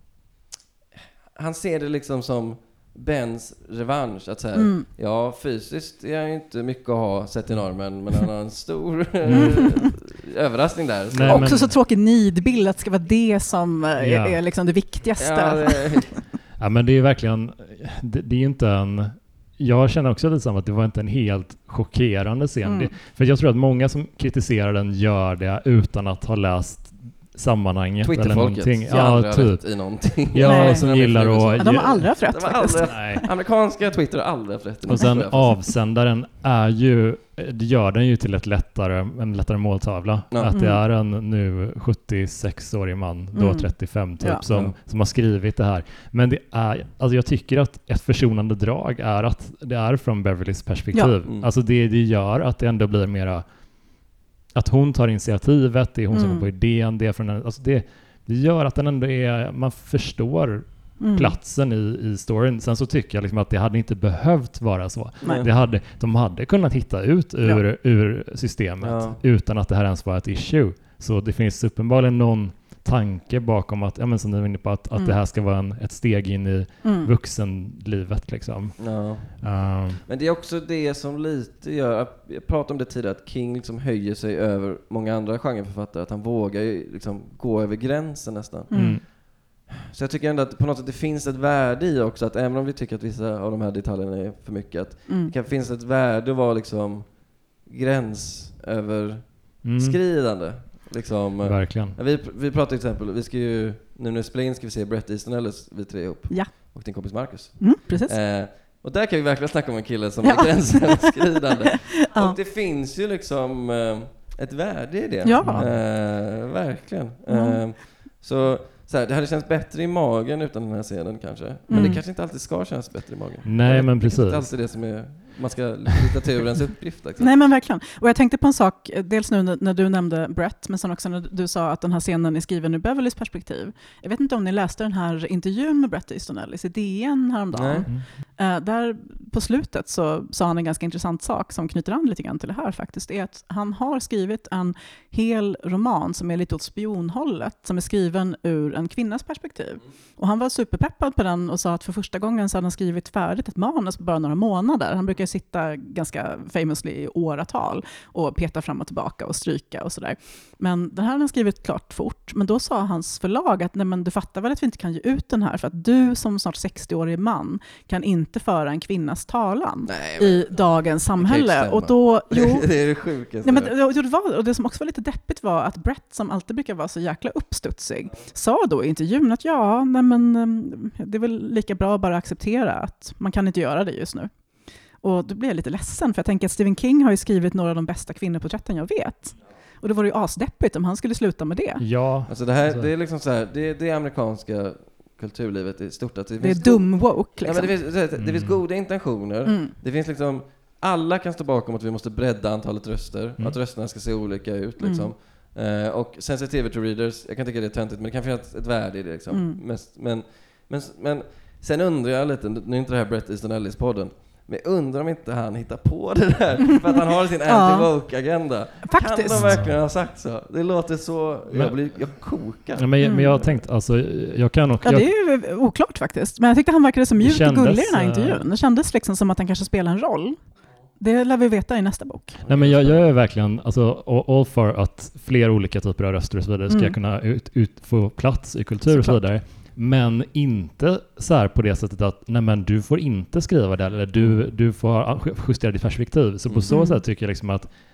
[SPEAKER 3] han ser det liksom som Bens revansch, att säga, mm. ja, fysiskt är han inte mycket att ha sett i normen, men han har en stor mm. överraskning där.
[SPEAKER 2] Nej, också men... så tråkig nidbild att det ska vara det som ja. är, är liksom det viktigaste.
[SPEAKER 1] Ja, det... ja, men det är verkligen, det, det är ju inte en, jag känner också lite som att det var inte en helt chockerande scen. Mm. Det, för jag tror att många som kritiserar den gör det utan att ha läst sammanhanget eller någonting.
[SPEAKER 3] Ja, typ. I någonting.
[SPEAKER 1] Ja, Nej. som gillar att...
[SPEAKER 2] Ja, de har aldrig haft rätt
[SPEAKER 3] de
[SPEAKER 2] faktiskt.
[SPEAKER 3] Aldrig, Nej. Amerikanska Twitter har aldrig haft rätt.
[SPEAKER 1] Och sen avsändaren är ju, det gör den ju till ett lättare, en lättare måltavla. Ja. Att det är en nu sjuttiosex-årig man, då mm. trettiofem typ, ja. som, ja. som har skrivit det här. Men det är, alltså jag tycker att ett försonande drag är att det är från Beverlys perspektiv. Ja. Mm. Alltså det, det gör att det ändå blir mera, att hon tar initiativet, det är hon mm. som kommer på idén, det är från den, alltså det, det gör att den ändå är, man förstår mm. platsen i, i storyn. Sen så tycker jag liksom att det hade inte behövt vara så. Det hade, de hade kunnat hitta ut ur, ja. ur systemet ja. utan att det här ens var ett issue. Så det finns uppenbarligen någon tanke bakom att, ja, men som ni var inne på, att, mm. att det här ska vara en, ett steg in i mm. vuxenlivet liksom.
[SPEAKER 3] Ja. Um. Men det är också det som lite gör, jag pratade om det tidigare, att King liksom höjer sig över många andra genreförfattare, att han vågar ju liksom gå över gränsen nästan. Mm. Så jag tycker ändå att på något sätt det finns ett värde i också, att även om vi tycker att vissa av de här detaljerna är för mycket, att mm. det kan finnas ett värde att vara liksom gränsöverskridande. Mm. Liksom,
[SPEAKER 1] verkligen.
[SPEAKER 3] Vi, vi pratar till exempel, vi ska ju, nu när vi spelar in ska vi se Bret Easton Ellis, vi tre ihop.
[SPEAKER 2] Ja.
[SPEAKER 3] Och din kompis Marcus.
[SPEAKER 2] Mm, precis.
[SPEAKER 3] Eh, och där kan vi verkligen snacka om en kille som ja. är gränsöverskridande. ja. Och det finns ju liksom eh, ett värde i det.
[SPEAKER 2] Ja.
[SPEAKER 3] Eh, verkligen. Mm. Eh, så, så här, det hade känts bättre i magen utan den här scenen kanske. Mm. Men det kanske inte alltid ska kännas bättre i magen.
[SPEAKER 1] Nej, men precis. Det är inte
[SPEAKER 3] alltid det som är man ska litteraturens uppgift. Liksom.
[SPEAKER 2] Nej, men verkligen. Och jag tänkte på en sak, dels nu när, när du nämnde Brett, men sen också när du sa att den här scenen är skriven ur Beverlys perspektiv. Jag vet inte om ni läste den här intervjun med Bret Easton Ellis i D N häromdagen. Mm. Uh, där på slutet så sa han en ganska intressant sak som knyter an lite grann till det här faktiskt. Det är att han har skrivit en hel roman som är lite åt spionhållet, som är skriven ur en kvinnas perspektiv. Och han var superpeppad på den och sa att för första gången så hade han skrivit färdigt ett manus på bara några månader. Han brukar sitta ganska famously i åratal och peta fram och tillbaka och stryka och sådär. Men den här har han skrivit klart fort. Men då sa hans förlag att nej, men du fattar väl att vi inte kan ge ut den här för att du som snart sextio-årig man kan inte föra en kvinnas talan nej, men, i dagens samhälle. Och då, jo,
[SPEAKER 3] det är det sjukaste.
[SPEAKER 2] Nej, men, jo, det var, och det som också var lite deppigt var att Brett, som alltid brukar vara så jäkla uppstudsig, sa då i intervjun att ja, nej, men, det är väl lika bra att bara acceptera att man kan inte göra det just nu. Och då blir jag lite ledsen, för jag tänker att Stephen King har ju skrivit några av de bästa kvinnoporträtten jag vet. Och det var ju asdeppigt om han skulle sluta med det.
[SPEAKER 1] Ja.
[SPEAKER 3] Alltså det här, det är liksom så här, det, det är amerikanska kulturlivet i stort. Att det,
[SPEAKER 2] det är dum woke liksom.
[SPEAKER 3] Ja, men det, finns, det, det finns goda intentioner. Mm. Det finns liksom, alla kan stå bakom att vi måste bredda antalet röster. Mm. Att rösterna ska se olika ut liksom. Mm. Uh, och sensitivity readers, jag kan tycka det är töntigt, men det kan finnas ett värde i det liksom. Mm. Mest, men, men, men sen undrar jag lite, nu är inte det här Bret Easton Ellis-podden, men jag undrar om inte han hittar på det där för att han har sin anti-woke-agenda.
[SPEAKER 2] Faktiskt.
[SPEAKER 3] Kan de verkligen ha sagt så? Det låter så... Jag, blir, jag kokar.
[SPEAKER 1] Ja, men, jag, men jag har tänkt... Alltså, jag kan också,
[SPEAKER 2] ja, det är ju oklart faktiskt. Men jag tyckte han verkade så mjuk och gullig i den här intervjun. Det kändes liksom som att han kanske spelar en roll. Det lär vi veta i nästa bok.
[SPEAKER 1] Nej, men jag, jag är verkligen alltså, all for att fler olika typer av röster och så vidare ska mm. kunna ut, ut, få plats i kultur och så vidare. Men inte så här på det sättet att nej, men du får inte skriva det eller du, du får justera ditt perspektiv. Så på mm. så sätt tycker jag liksom att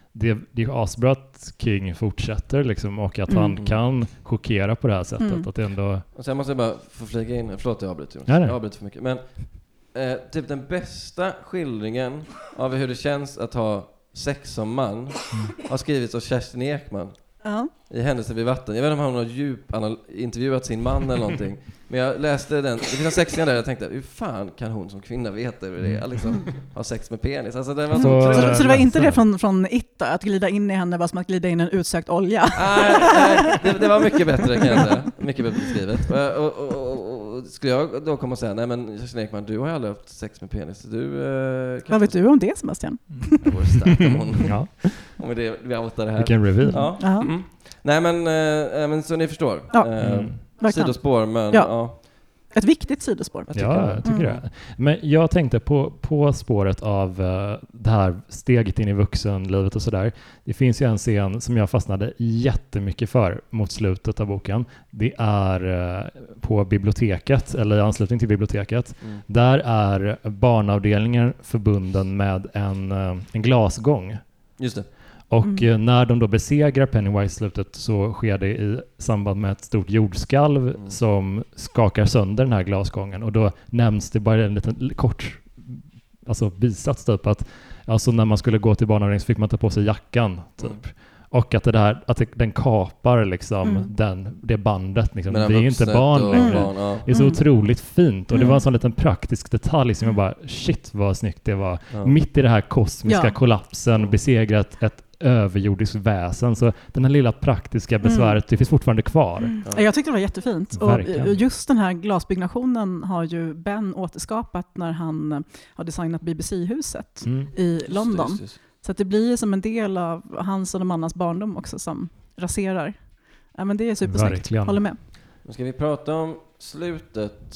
[SPEAKER 1] det, det är asbra att King fortsätter liksom, och att mm. han kan chockera på det här sättet. Mm. Att det ändå...
[SPEAKER 3] Och sen måste jag bara få flika in, förlåt jag avbryter,
[SPEAKER 1] ja,
[SPEAKER 3] jag avbryter för mycket. Men eh, typ den bästa skildringen av hur det känns att ha sex som man mm. har skrivits av Kerstin Ekman. Uh-huh. I Händelser vid vatten. Jag vet inte om hon har djup anal- intervjuat sin man eller någonting. Men jag läste den. Det finns en sexscen där jag tänkte, hur fan kan hon som kvinna veta hur det är? Liksom, ha sex med penis. Alltså, det var så,
[SPEAKER 2] så, så, så det var inte det från, från It, att glida in i henne var som att glida in i en utsökt olja?
[SPEAKER 3] Nej, nej det, det var mycket bättre kan jag säga. Mycket bättre skrivet. Och, och, och, och skulle jag då komma och säga, nej men Kerstin Ekman, du har ju aldrig haft sex med penis. Du, eh,
[SPEAKER 2] vad vet du om det, Sebastian?
[SPEAKER 3] Mm. Det vore starkt om hon... ja. Om det, vi outar det här.
[SPEAKER 1] Vilken reveal.
[SPEAKER 3] Ja. Mm. Nej men, äh, men så ni förstår.
[SPEAKER 2] Ja.
[SPEAKER 3] Äh,
[SPEAKER 2] mm.
[SPEAKER 3] Sidospår, men
[SPEAKER 2] ja.
[SPEAKER 3] ja.
[SPEAKER 2] Ett viktigt sidospår.
[SPEAKER 1] Jag ja, jag tycker mm. det. Men jag tänkte på, på spåret av uh, det här steget in i vuxenlivet och sådär. Det finns ju en scen som jag fastnade jättemycket för mot slutet av boken. Det är uh, på biblioteket, eller i anslutning till biblioteket. Mm. Där är barnavdelningen förbunden med en, uh, en glasgång.
[SPEAKER 3] Just det.
[SPEAKER 1] Och mm. när de då besegrar Pennywise i slutet så sker det i samband med ett stort jordskalv mm. som skakar sönder den här glasgången. Och då nämns det bara en liten kort alltså bisats typ att alltså när man skulle gå till barnavdelningen så fick man ta på sig jackan typ. Mm. Och att det där att det, den kapar liksom mm. den, det bandet liksom. Det är ju inte barn längre. Barn, ja. Det är så mm. otroligt fint. Och det var en sån liten praktisk detalj som jag bara, shit vad snyggt det var. Ja. Mitt i det här kosmiska ja. kollapsen besegrat ett överjordiskt väsen. Så den här lilla praktiska besväret, mm. det finns fortfarande kvar. Mm.
[SPEAKER 2] Ja. Jag tyckte det var jättefint. Verkligen. Och just den här glasbyggnationen har ju Ben återskapat när han har designat B B C-huset mm. i London. Just, just. Så att det blir som en del av hans och de annans barndom också som raserar. Ja, men det är supersnyggt. Verkligen. Håller med.
[SPEAKER 3] Nu ska vi prata om slutet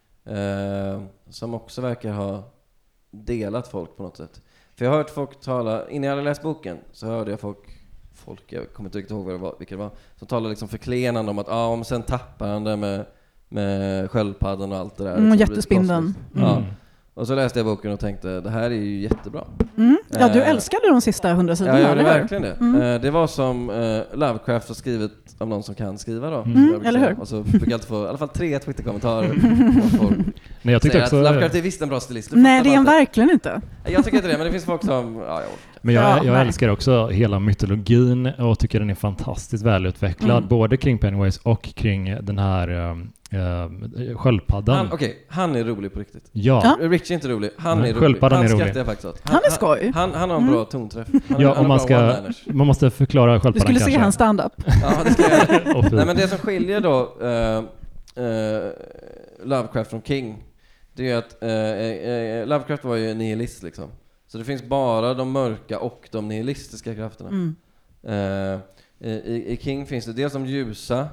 [SPEAKER 3] eh, som också verkar ha delat folk på något sätt. För jag har hört folk tala, innan jag hade läst boken så hörde jag folk, folk jag kommer inte riktigt ihåg vad det var, vilka det var, som talade liksom förklenande om att ah, om sen tappar han det med, med sköldpaddan och allt det där.
[SPEAKER 2] Mm, jättespindeln.
[SPEAKER 3] Mm. Ja. Och så läste jag boken och tänkte, det här är ju jättebra.
[SPEAKER 2] Mm. Ja, du älskade de sista hundra sidorna.
[SPEAKER 3] Ja, jag gjorde verkligen det. Mm. Det var som uh, Lovecraft har skrivit av någon som kan skriva då.
[SPEAKER 2] Mm, eller hur?
[SPEAKER 3] Och så fick jag alltid få i alla fall tre Twitter-kommentarer.
[SPEAKER 1] Men jag tyckte också...
[SPEAKER 3] Lovecraft är visst en bra stilist.
[SPEAKER 2] Nej, det är han verkligen inte.
[SPEAKER 3] Jag tycker inte det, men det finns folk som... Ja, jag
[SPEAKER 1] men jag, jag älskar också hela mytologin och tycker den är fantastiskt välutvecklad. Mm. Både kring Pennywise och kring den här... Um, Uh, sköldpaddan.
[SPEAKER 3] Okej, okay, han är rolig på riktigt.
[SPEAKER 1] Ja.
[SPEAKER 3] ja. Rich är inte rolig. Han
[SPEAKER 1] Nej,
[SPEAKER 3] är rolig. Han
[SPEAKER 1] är
[SPEAKER 3] skrattar
[SPEAKER 1] rolig.
[SPEAKER 3] jag faktiskt åt.
[SPEAKER 2] Han, han är skoj.
[SPEAKER 3] Han, han har en
[SPEAKER 2] mm.
[SPEAKER 3] bra tonträff. Han,
[SPEAKER 1] ja,
[SPEAKER 3] han
[SPEAKER 1] om man ska man måste förklara sköldpaddan.
[SPEAKER 2] Du skulle
[SPEAKER 1] kanske.
[SPEAKER 2] se hans stand-up.
[SPEAKER 3] Ja, det ska jag. oh, Nej, men det som skiljer då uh, uh, Lovecraft från King, det är att uh, uh, Lovecraft var ju en nihilist liksom. Så det finns bara de mörka och de nihilistiska krafterna. Mm. Uh, i, I King finns det dels de ljusa.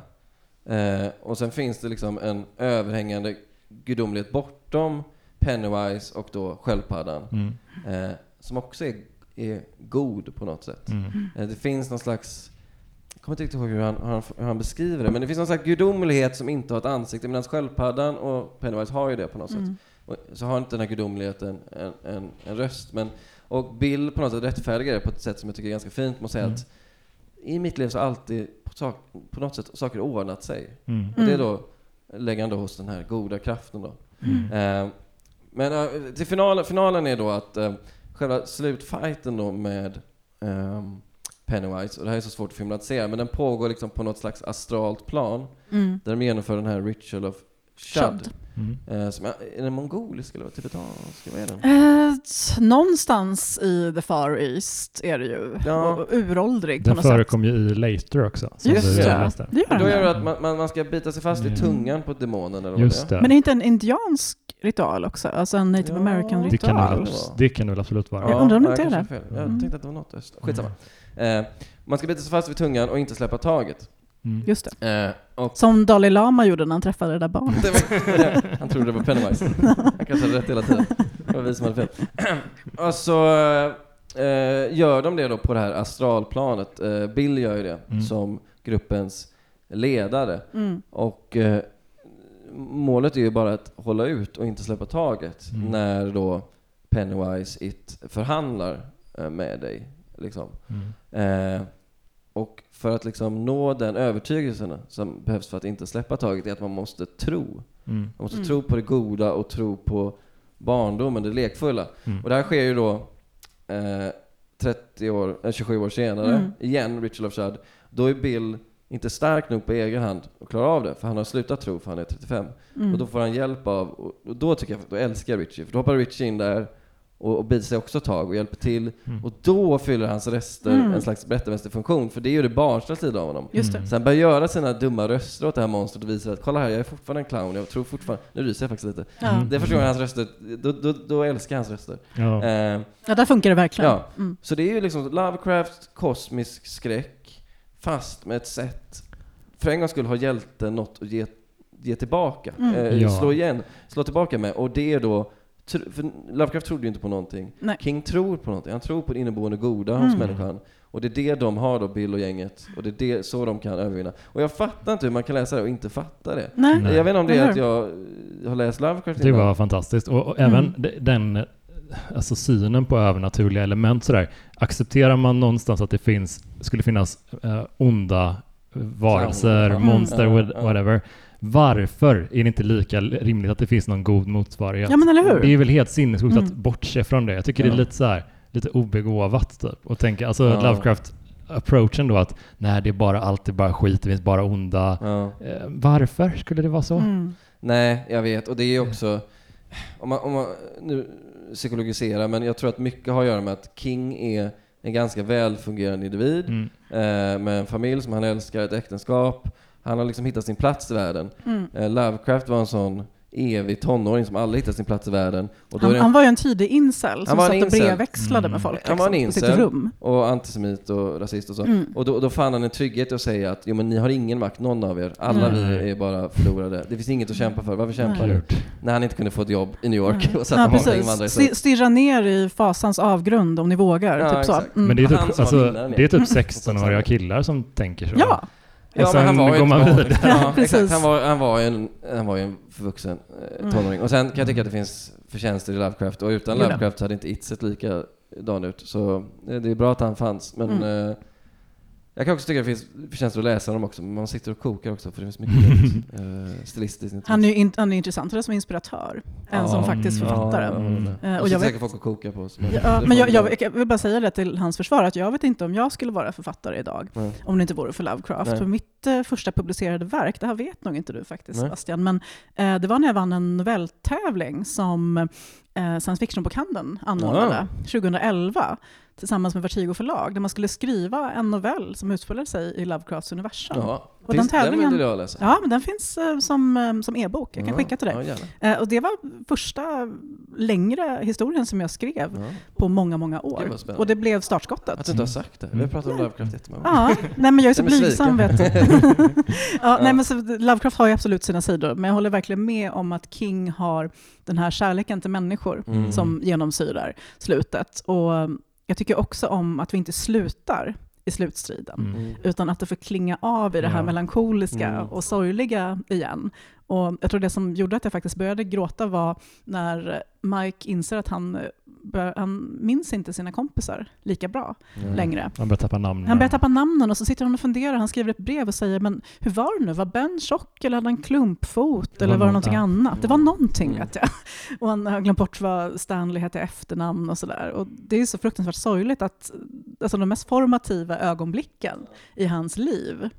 [SPEAKER 3] Eh, och sen finns det liksom en överhängande gudomlighet bortom Pennywise och då sköldpaddan mm. eh, som också är, är god på något sätt. Mm. Eh, det finns någon slags, jag kommer inte riktigt ihåg hur han, hur, han, hur han beskriver det, men det finns någon slags gudomlighet som inte har ett ansikte, medan sköldpaddan och Pennywise har ju det på något mm. sätt. Och så har inte den här gudomligheten en, en, en röst. Men, och Bill på något sätt rättfärdigar det på ett sätt som jag tycker är ganska fint med att säga mm. att i mitt liv så har alltid på, sak, på något sätt saker ordnat sig. Mm. Och det är då läggande hos den här goda kraften då. Mm. Eh, men uh, till finalen, finalen är då att uh, själva slutfighten då med um, Pennywise, och det här är så svårt att filmatisera, men den pågår liksom på något slags astralt plan mm. där de genomför den här Ritual of Shud. Mm. Eh, som är, är den mongolisk eller tibetansk? Vad är den?
[SPEAKER 2] Eh, någonstans i the far east är det ju. Ja. Uråldrig
[SPEAKER 1] den
[SPEAKER 2] på något sätt.
[SPEAKER 1] Den förekom ju i Later också.
[SPEAKER 2] Just det.
[SPEAKER 3] det. det gör Då gör det att man, man, man ska bita sig fast mm. i tungan på demonen eller
[SPEAKER 1] Just
[SPEAKER 3] vad
[SPEAKER 1] det.
[SPEAKER 3] det.
[SPEAKER 2] Men är inte en indiansk ritual också? Alltså en native
[SPEAKER 3] ja,
[SPEAKER 2] american
[SPEAKER 1] det
[SPEAKER 2] ritual?
[SPEAKER 1] Kan väl, det kan det väl absolut vara.
[SPEAKER 2] Ja, jag undrar om det inte är det.
[SPEAKER 3] Fel. Jag mm. tänkte att det var något öst. Skitsamma. Mm. Eh, man ska bita sig fast vid tungan och inte släppa taget.
[SPEAKER 2] Mm. Just det.
[SPEAKER 3] Eh, och
[SPEAKER 2] som Dalai Lama gjorde när han träffade det där barnet.
[SPEAKER 3] Han trodde det var Pennywise. Han kanske hade rätt hela tiden. Det var vi som hade fel. Och så eh, gör de det då på det här astralplanet. Eh, Bill gör ju det mm. som gruppens ledare. Mm. Och eh, målet är ju bara att hålla ut och inte släppa taget mm. när då Pennywise It förhandlar eh, med dig. liksom.
[SPEAKER 1] Mm.
[SPEAKER 3] Eh, och för att liksom nå den övertygelsen som behövs för att inte släppa taget är att man måste tro.
[SPEAKER 1] Mm.
[SPEAKER 3] Man måste
[SPEAKER 2] Mm.
[SPEAKER 3] tro på det goda och tro på barndomen, det lekfulla.
[SPEAKER 1] Mm.
[SPEAKER 3] Och det här sker ju då eh, trettio år, eh, tjugosju år senare,
[SPEAKER 2] Mm.
[SPEAKER 3] igen, Ritual of Shad. Då är Bill inte stark nog på egen hand att klara av det, för han har slutat tro för han är trettiofem.
[SPEAKER 2] Mm.
[SPEAKER 3] Och då får han hjälp av, och då tycker jag, då älskar jag Richie, för då hoppar Richie in där och, och biter sig också tag och hjälper till.
[SPEAKER 1] Mm.
[SPEAKER 3] Och då fyller hans röster
[SPEAKER 2] Mm.
[SPEAKER 3] en slags berättarmästerfunktion, för det är ju det barnsliga sidan av honom.
[SPEAKER 2] Just det.
[SPEAKER 1] Mm.
[SPEAKER 3] Så han börjar göra sina dumma röster åt det här monstret och visar att kolla här, jag är fortfarande en clown, jag tror fortfarande, nu ryser jag faktiskt lite.
[SPEAKER 2] Ja.
[SPEAKER 1] Mm.
[SPEAKER 3] Det är första gången hans röster, då, då, då älskar jag hans röster.
[SPEAKER 1] Ja.
[SPEAKER 3] Eh,
[SPEAKER 2] Ja, där funkar det verkligen.
[SPEAKER 3] Ja.
[SPEAKER 2] Mm.
[SPEAKER 3] så det är ju liksom Lovecraft, kosmisk skräck, fast med ett sätt. För en gång skulle ha hjälten något att ge, ge tillbaka.
[SPEAKER 2] Mm.
[SPEAKER 3] Eh,
[SPEAKER 1] Ja.
[SPEAKER 3] Slå igen, slå tillbaka med. Och det är då, tr- för Lovecraft trodde ju inte på någonting.
[SPEAKER 2] Nej.
[SPEAKER 3] King tror på någonting. Han tror på det inneboende goda hos
[SPEAKER 2] Mm.
[SPEAKER 3] människan. Och det är det de har då, Bill och gänget. Och det är det, så de kan övervinna. Och jag fattar inte hur man kan läsa det och inte fatta det.
[SPEAKER 2] Nej.
[SPEAKER 1] Nej.
[SPEAKER 3] Jag vet inte om det är
[SPEAKER 2] Eller
[SPEAKER 3] att jag jag har läst Lovecraft
[SPEAKER 1] Det
[SPEAKER 3] innan.
[SPEAKER 1] var fantastiskt. Och, och
[SPEAKER 2] Mm.
[SPEAKER 1] även de- den alltså synen på övernaturliga element sådär. Accepterar man någonstans att det finns, skulle finnas eh, onda varelser,
[SPEAKER 3] Mm.
[SPEAKER 1] monster,
[SPEAKER 3] Mm.
[SPEAKER 1] what- whatever. Varför är det inte lika rimligt att det finns någon god motsvarighet?
[SPEAKER 2] Ja, men eller hur?
[SPEAKER 1] Det är väl helt sinnessjukt
[SPEAKER 2] Mm.
[SPEAKER 1] att bortse från det. Jag tycker
[SPEAKER 3] Ja.
[SPEAKER 1] det är lite så här, lite obegåvat typ. Och tänka, alltså
[SPEAKER 3] Ja.
[SPEAKER 1] Lovecraft approachen då att nej, det är bara allt, det är bara skit, det finns bara onda.
[SPEAKER 3] Ja.
[SPEAKER 1] Eh, varför skulle det vara så?
[SPEAKER 2] Mm.
[SPEAKER 3] Nej, jag vet. Och det är också, om man, om man nu psykologiserar, men jag tror att mycket har att göra med att King är en ganska välfungerande individ
[SPEAKER 1] Mm.
[SPEAKER 3] eh, med en familj som han älskar, ett äktenskap. Han har liksom hittat sin plats i världen.
[SPEAKER 2] Mm.
[SPEAKER 3] Eh, Lovecraft var en sån evig tonåring som aldrig hittat sin plats i världen. Och, då
[SPEAKER 2] Han,
[SPEAKER 3] är det,
[SPEAKER 2] han var ju en tidig incel som
[SPEAKER 3] var en
[SPEAKER 2] satt och
[SPEAKER 3] incel.
[SPEAKER 2] brevväxlade
[SPEAKER 1] Mm.
[SPEAKER 2] med folk
[SPEAKER 3] Han var en
[SPEAKER 2] liksom, på sitt
[SPEAKER 3] incel.
[SPEAKER 2] rum.
[SPEAKER 3] och antisemit och rasist och så.
[SPEAKER 2] Mm.
[SPEAKER 3] Och då, då fann han en trygghet att säga att jo, men ni har ingen makt, någon av er. Alla
[SPEAKER 2] Mm.
[SPEAKER 3] vi är bara förlorade. Det finns inget att kämpa för. Varför kämpar
[SPEAKER 2] Nej.
[SPEAKER 3] du? När han inte kunde få ett jobb i New York och sätta
[SPEAKER 2] Ja,
[SPEAKER 3] många invandrare i
[SPEAKER 2] precis. Sti- Stirra ner i fasans avgrund om ni vågar.
[SPEAKER 3] Ja,
[SPEAKER 2] typ så.
[SPEAKER 3] exakt.
[SPEAKER 2] Mm.
[SPEAKER 1] Men det är
[SPEAKER 3] Han
[SPEAKER 1] typ,
[SPEAKER 3] som var
[SPEAKER 1] alltså,
[SPEAKER 3] vinnaren,
[SPEAKER 1] det är
[SPEAKER 3] ja.
[SPEAKER 1] typ sexton-åriga killar som tänker så.
[SPEAKER 2] Ja,
[SPEAKER 3] Ja,
[SPEAKER 1] Och
[SPEAKER 3] men han
[SPEAKER 1] sen
[SPEAKER 3] var ju
[SPEAKER 1] går man
[SPEAKER 3] ett barn.
[SPEAKER 1] vidare.
[SPEAKER 3] Ja,
[SPEAKER 2] Precis.
[SPEAKER 3] exakt. Han var, han var ju en, han var ju en förvuxen eh,
[SPEAKER 2] Mm.
[SPEAKER 3] tonåring. Och sen kan jag tycka att det finns förtjänster i Lovecraft. Och utan
[SPEAKER 2] Jo då.
[SPEAKER 3] Lovecraft hade inte It sett lika dan ut. Så eh, det är bra att han fanns. Men
[SPEAKER 2] Mm.
[SPEAKER 3] eh, jag kan också tycka att det finns förtjänster att läsa dem också. Men man sitter och kokar också för det finns mycket eh, stilistiskt intressant.
[SPEAKER 2] han är ju in, han är intressantare som inspiratör än som
[SPEAKER 3] Ja.
[SPEAKER 2] faktiskt
[SPEAKER 1] Mm.
[SPEAKER 2] författare.
[SPEAKER 3] Ja,
[SPEAKER 1] Mm.
[SPEAKER 3] ja, ja.
[SPEAKER 2] Eh,
[SPEAKER 3] och
[SPEAKER 2] och
[SPEAKER 3] så
[SPEAKER 2] jag vet-
[SPEAKER 3] säkert folk att koka på. Så,
[SPEAKER 2] Ja,
[SPEAKER 3] det
[SPEAKER 2] men
[SPEAKER 3] får
[SPEAKER 2] jag,
[SPEAKER 3] man-
[SPEAKER 2] jag, jag vill bara säga det till hans försvar, att jag vet inte om jag skulle vara författare idag
[SPEAKER 3] Nej.
[SPEAKER 2] om det inte vore för Lovecraft.
[SPEAKER 3] Nej.
[SPEAKER 2] För mitt eh, första publicerade verk, det här vet nog inte du faktiskt,
[SPEAKER 3] Nej.
[SPEAKER 2] Bastian, men eh, det var när jag vann en novelltävling som eh, Science Fiction-bokhandeln anordnade tjugoelva tillsammans med Vertigo förlag, där man skulle skriva en novell som utspelade sig i Lovecrafts universum.
[SPEAKER 3] Ja.
[SPEAKER 2] Och
[SPEAKER 3] Finns,
[SPEAKER 2] den tävlingen-
[SPEAKER 3] den vill jag läsa.
[SPEAKER 2] Ja, men den finns eh, som, eh, som e-bok. Jag kan
[SPEAKER 3] Ja,
[SPEAKER 2] skicka till dig.
[SPEAKER 3] Ja, gärna.
[SPEAKER 2] Eh, och det var första längre historien som jag skrev
[SPEAKER 3] Ja.
[SPEAKER 2] på många, många
[SPEAKER 3] Det
[SPEAKER 2] år.
[SPEAKER 3] var spännande.
[SPEAKER 2] Och det blev startskottet.
[SPEAKER 3] Att du inte har sagt det. Vi har pratat om Lovecraft jättemånga
[SPEAKER 2] Ja, nej men jag är så
[SPEAKER 3] Nej, men
[SPEAKER 2] blygsam
[SPEAKER 3] svika.
[SPEAKER 2] vet du. ja,
[SPEAKER 3] Ja.
[SPEAKER 2] nej, men så, Lovecraft har ju absolut sina sidor, men jag håller verkligen med om att King har den här kärleken till människor
[SPEAKER 3] Mm.
[SPEAKER 2] som genomsyrar slutet. Och jag tycker också om att vi inte slutar i slutstriden,
[SPEAKER 1] Mm.
[SPEAKER 3] Mm.
[SPEAKER 2] utan att det får klinga av i det här
[SPEAKER 1] Ja.
[SPEAKER 2] melankoliska
[SPEAKER 3] Mm.
[SPEAKER 2] och sorgliga igen. Och jag tror det som gjorde att jag faktiskt började gråta var när Mike inser att han, bör, han minns inte sina kompisar lika bra
[SPEAKER 3] Mm.
[SPEAKER 2] längre.
[SPEAKER 1] Man börjar tappa namn.
[SPEAKER 2] Han börjar tappa namnen och så sitter han och funderar. Han skriver ett brev och säger, men hur var det nu? Var Ben tjock eller hade han klumpfot?
[SPEAKER 1] Det
[SPEAKER 2] eller
[SPEAKER 1] var
[SPEAKER 2] var det
[SPEAKER 1] något,
[SPEAKER 2] någonting
[SPEAKER 1] ja.
[SPEAKER 2] annat? Det var någonting
[SPEAKER 3] Mm.
[SPEAKER 2] vet jag. Och han har glömt bort vad Stanley hette i efternamn och sådär. Och det är så fruktansvärt sorgligt att alltså, de mest formativa ögonblicken i hans liv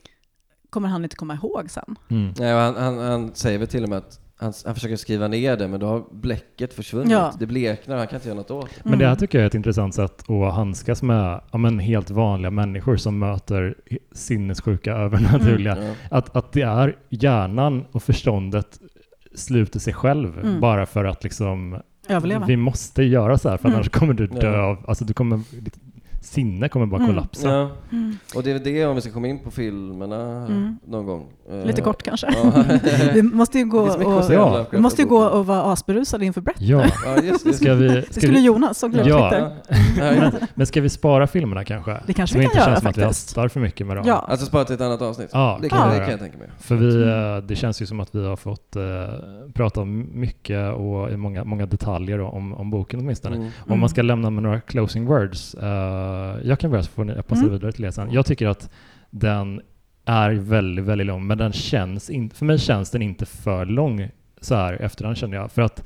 [SPEAKER 2] kommer han inte komma ihåg sen.
[SPEAKER 1] Mm.
[SPEAKER 3] Nej, och han, han, han säger väl till och med att han, han försöker skriva ner det, men då har bläcket försvunnit.
[SPEAKER 2] Ja.
[SPEAKER 3] Det bleknar, han kan inte göra något åt det.
[SPEAKER 1] Men det här
[SPEAKER 2] Mm.
[SPEAKER 1] tycker jag är ett intressant sätt att handskas med ja, men helt vanliga människor som möter sinnessjuka övernaturliga.
[SPEAKER 3] Ja.
[SPEAKER 1] Att, att det är hjärnan och förståndet sluter sig själv
[SPEAKER 2] Mm.
[SPEAKER 1] bara för att liksom
[SPEAKER 2] Överleva.
[SPEAKER 1] vi måste göra så här för
[SPEAKER 2] Mm.
[SPEAKER 1] annars kommer du dö
[SPEAKER 3] Ja.
[SPEAKER 1] av, alltså du kommer, ditt sinne kommer bara
[SPEAKER 2] Mm.
[SPEAKER 1] kollapsa.
[SPEAKER 3] Ja.
[SPEAKER 2] Mm.
[SPEAKER 3] Och det är det, om vi ska komma in på filmerna här
[SPEAKER 2] Mm.
[SPEAKER 3] någon gång.
[SPEAKER 2] Lite
[SPEAKER 3] Eh,
[SPEAKER 2] kort kanske.
[SPEAKER 3] Ja.
[SPEAKER 2] Vi måste ju gå
[SPEAKER 3] Det finns mycket att
[SPEAKER 2] och,
[SPEAKER 3] säga om
[SPEAKER 1] Ja.
[SPEAKER 3] Lovecraft
[SPEAKER 2] vi måste ju gå
[SPEAKER 3] boken.
[SPEAKER 2] och vara asberusade inför Brett.
[SPEAKER 1] Ja,
[SPEAKER 3] Ja, just det.
[SPEAKER 1] ska vi,
[SPEAKER 2] Det
[SPEAKER 1] ska
[SPEAKER 2] skulle
[SPEAKER 1] vi,
[SPEAKER 2] Jonas, såg du på
[SPEAKER 1] Ja.
[SPEAKER 2] Twitter?
[SPEAKER 3] Ja, ja.
[SPEAKER 1] men ska vi spara filmerna kanske?
[SPEAKER 2] Det kanske
[SPEAKER 1] Så
[SPEAKER 2] vi
[SPEAKER 1] inte
[SPEAKER 2] kan
[SPEAKER 1] känns
[SPEAKER 2] göra
[SPEAKER 1] som att vi
[SPEAKER 2] faktiskt.
[SPEAKER 1] hastar för mycket med dem.
[SPEAKER 2] Ja.
[SPEAKER 3] Alltså spara till ett annat avsnitt?
[SPEAKER 1] Ja,
[SPEAKER 3] det
[SPEAKER 1] kan
[SPEAKER 3] kan,
[SPEAKER 1] vi
[SPEAKER 3] det
[SPEAKER 1] göra.
[SPEAKER 3] kan jag tänka mig.
[SPEAKER 1] För vi, eh, det känns ju som att vi har fått eh, prata om mycket och i många, många detaljer då, om, om boken åtminstone.
[SPEAKER 3] Mm.
[SPEAKER 1] Om man ska lämna med några closing words, eh, jag kan börja så får ni passa
[SPEAKER 2] Mm.
[SPEAKER 1] vidare till läsaren. Jag tycker att den är väldigt, väldigt lång, men den känns in, för mig känns den inte för lång så här efterhand känner jag. För att,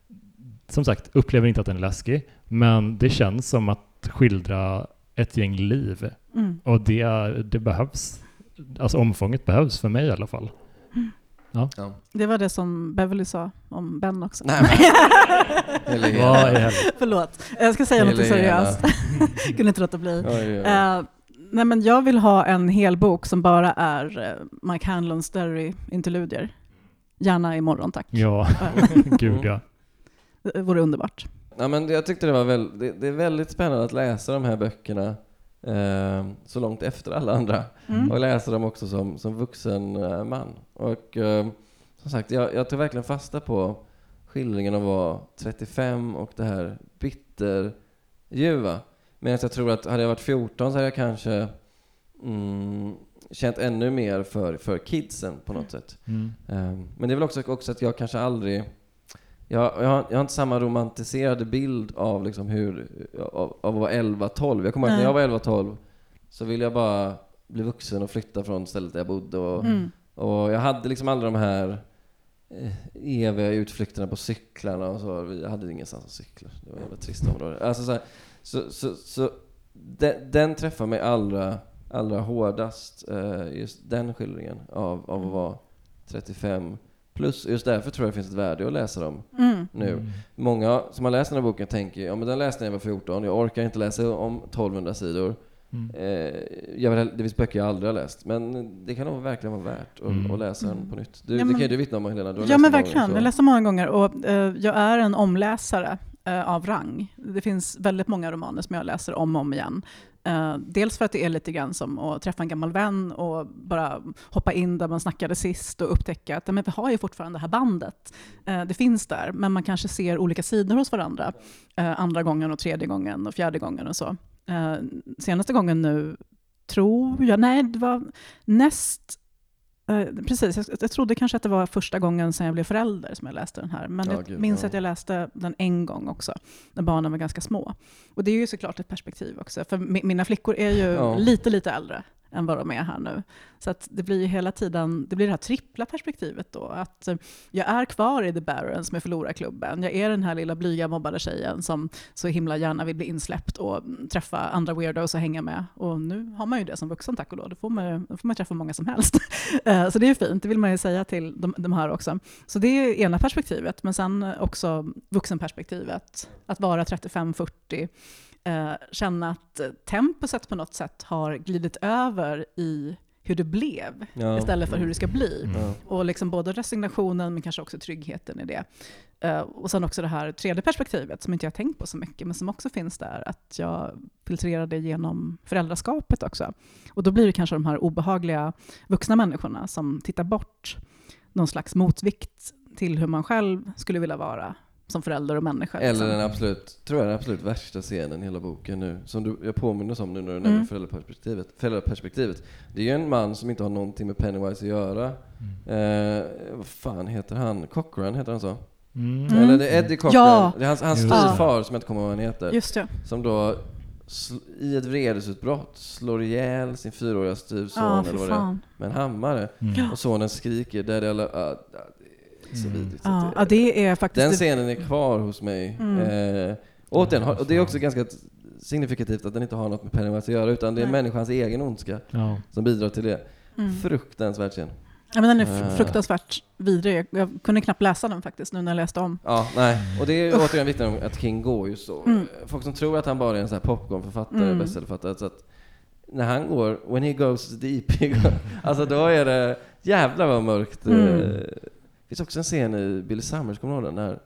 [SPEAKER 1] som sagt, upplever inte att den är läskig, men det känns som att skildra ett gäng liv.
[SPEAKER 2] Mm.
[SPEAKER 1] Och det, det behövs, alltså omfånget behövs för mig i alla fall.
[SPEAKER 2] Mm.
[SPEAKER 1] Ja.
[SPEAKER 3] Ja.
[SPEAKER 2] Det var det som Beverly sa om Ben också.
[SPEAKER 3] Nej, men...
[SPEAKER 1] Vad är helvete?
[SPEAKER 2] Förlåt, jag ska säga något seriöst. Kunde inte låta bli.
[SPEAKER 3] Oj, oj, oj.
[SPEAKER 2] Uh, nej, men jag vill ha en hel bok som bara är uh, Mike Hanlons Derry-interludier. Gärna imorgon, tack.
[SPEAKER 1] Ja, gud ja.
[SPEAKER 2] Det vore underbart.
[SPEAKER 3] Ja, men jag tyckte det var väl, det, det är väldigt spännande att läsa de här böckerna eh, så långt efter alla andra.
[SPEAKER 2] Mm.
[SPEAKER 3] Och läsa dem också som, som vuxen eh, man. Och eh, som sagt, jag, jag tog verkligen fasta på skildringen av att vara trettiofem och det här bitterljuva. Men jag tror att hade jag varit fjorton så hade jag kanske mm, känt ännu mer för, för kidsen på något sätt.
[SPEAKER 1] Mm.
[SPEAKER 3] Eh, men det är väl också, också att jag kanske aldrig... Jag, jag, har, jag har inte samma romantiserade bild av, liksom hur, av, av att vara elva tolv. Jag kommer ihåg att när jag var elva tolv så ville jag bara bli vuxen och flytta från stället där jag bodde. Och,
[SPEAKER 2] Mm.
[SPEAKER 3] och jag hade liksom alla de här eh, eviga utflykterna på cyklarna och så. Vi hade ingenstans att cykla. Det var en jävla trist område. Alltså så, här, så, så, så den, den träffar mig allra, allra hårdast. Eh, just den skildringen av, av att vara trettiofem. Plus, just därför tror jag det finns ett värde att läsa dem
[SPEAKER 2] Mm.
[SPEAKER 3] nu.
[SPEAKER 1] Mm.
[SPEAKER 3] Många som har läst den här boken tänker, ja men den läste när jag var fjorton, jag orkar inte läsa om tolvhundra sidor.
[SPEAKER 1] Mm.
[SPEAKER 3] Eh, jag vill, det finns böcker jag aldrig har läst, men det kan nog verkligen vara värt att,
[SPEAKER 1] Mm.
[SPEAKER 3] att läsa den på nytt. Du,
[SPEAKER 2] Ja,
[SPEAKER 3] det
[SPEAKER 2] men-
[SPEAKER 3] kan ju du vittna om, Helena. Du har
[SPEAKER 2] Ja,
[SPEAKER 3] läst
[SPEAKER 2] men
[SPEAKER 3] den många
[SPEAKER 2] verkligen.
[SPEAKER 3] gånger,
[SPEAKER 2] Jag
[SPEAKER 3] så-
[SPEAKER 2] läste många gånger och eh, jag är en omläsare eh, av rang. Det finns väldigt många romaner som jag läser om och om igen. Eh, dels för att det är lite grann som att träffa en gammal vän och bara hoppa in där man snackade sist och upptäcka att men vi har ju fortfarande det här bandet. Eh, det finns där, men man kanske ser olika sidor hos varandra. Eh, andra gången och tredje gången och fjärde gången och så. Eh, senaste gången nu tror jag, nej det var näst Eh, precis, jag, jag trodde kanske att det var första gången sedan jag blev förälder som jag läste den här. Men
[SPEAKER 3] Ja,
[SPEAKER 2] jag
[SPEAKER 3] gud,
[SPEAKER 2] minns
[SPEAKER 3] ja.
[SPEAKER 2] att jag läste den en gång också, när barnen var ganska små. Och det är ju såklart ett perspektiv också, för mi- mina flickor är ju
[SPEAKER 3] Ja.
[SPEAKER 2] lite, lite äldre än vad de är här nu. Så att det blir ju hela tiden, det blir det här trippla perspektivet då. Att eh, jag är kvar i The Barons med förlorarklubben. Jag är den här lilla blyga mobbade tjejen som så himla gärna vill bli insläppt och mm, träffa andra weirdos och hänga med. Och nu har man ju det som vuxen, tack och lov. Då får man, ju- då får man träffa många som helst. Eh, så det är ju fint, det vill man ju säga till de, de här också. Så det är ena perspektivet, men sen också vuxenperspektivet. Att vara trettiofem fyrtio. Eh, känna att temposet på något sätt har glidit över i hur det blev
[SPEAKER 3] Ja.
[SPEAKER 2] istället för hur det ska bli.
[SPEAKER 1] Mm.
[SPEAKER 3] Ja.
[SPEAKER 2] Och liksom både resignationen men kanske också tryggheten i det. Eh, och sen också det här tredje perspektivet som inte jag har tänkt på så mycket men som också finns där. Att jag filtrerar det genom föräldraskapet också. Och då blir det kanske de här obehagliga vuxna människorna som tittar bort någon slags motvikt till hur man själv skulle vilja vara som förälder och människa.
[SPEAKER 3] Eller
[SPEAKER 2] liksom.
[SPEAKER 3] den absolut, tror jag den absolut värsta scenen i hela boken nu, som du, jag påminner om nu när du nämner
[SPEAKER 2] Mm.
[SPEAKER 3] föräldraperspektivet. Föräldraperspektivet. Det är ju en man som inte har någonting med Pennywise att göra.
[SPEAKER 1] Mm.
[SPEAKER 3] Eh, vad fan heter han? Cochran heter han så?
[SPEAKER 1] Mm.
[SPEAKER 2] Mm.
[SPEAKER 3] Eller det är Eddie Cochran.
[SPEAKER 2] Ja.
[SPEAKER 3] Det är hans, hans
[SPEAKER 1] Just det.
[SPEAKER 3] styvfar som jag inte kommer ihåg vad han heter.
[SPEAKER 2] Just det.
[SPEAKER 3] Som då sl- i ett vredesutbrott slår ihjäl sin fyraåriga styvson
[SPEAKER 2] Ja,
[SPEAKER 3] eller
[SPEAKER 2] för
[SPEAKER 3] vad det är,
[SPEAKER 2] fan.
[SPEAKER 3] med en hammare.
[SPEAKER 1] Mm.
[SPEAKER 3] Och sonen skriker där det alla... ah, ah, det är så
[SPEAKER 1] Mm.
[SPEAKER 3] vidrigt. så
[SPEAKER 2] Ja,
[SPEAKER 3] att
[SPEAKER 2] ja, det är faktiskt...
[SPEAKER 3] den
[SPEAKER 2] det-
[SPEAKER 3] scenen är kvar hos mig.
[SPEAKER 2] Mm.
[SPEAKER 3] Eh, återigen, har- och det är också ganska signifikativt att den inte har något med Pennywise att göra, utan det är
[SPEAKER 2] Nej.
[SPEAKER 3] människans egen ondska
[SPEAKER 1] Ja.
[SPEAKER 3] som bidrar till det.
[SPEAKER 2] Mm.
[SPEAKER 3] Fruktansvärt scen.
[SPEAKER 2] Ja, men den är
[SPEAKER 3] Eh.
[SPEAKER 2] f- fruktansvärt vidrig. Jag- Jag kunde knappt läsa den faktiskt nu när jag läste om.
[SPEAKER 3] Ja, nej. Och det är ju återigen vittnar om att King går ju så.
[SPEAKER 2] Mm.
[SPEAKER 3] Folk som tror att han bara är en sån här popcornförfattare,
[SPEAKER 2] Mm.
[SPEAKER 3] bestsellerförfattare, så att när han går, when he goes deep, he go, alltså då är det jävlar vad mörkt.
[SPEAKER 2] Mm.
[SPEAKER 3] Eh, Det finns också en scen i Billy Summers, kommer du ihåg den? När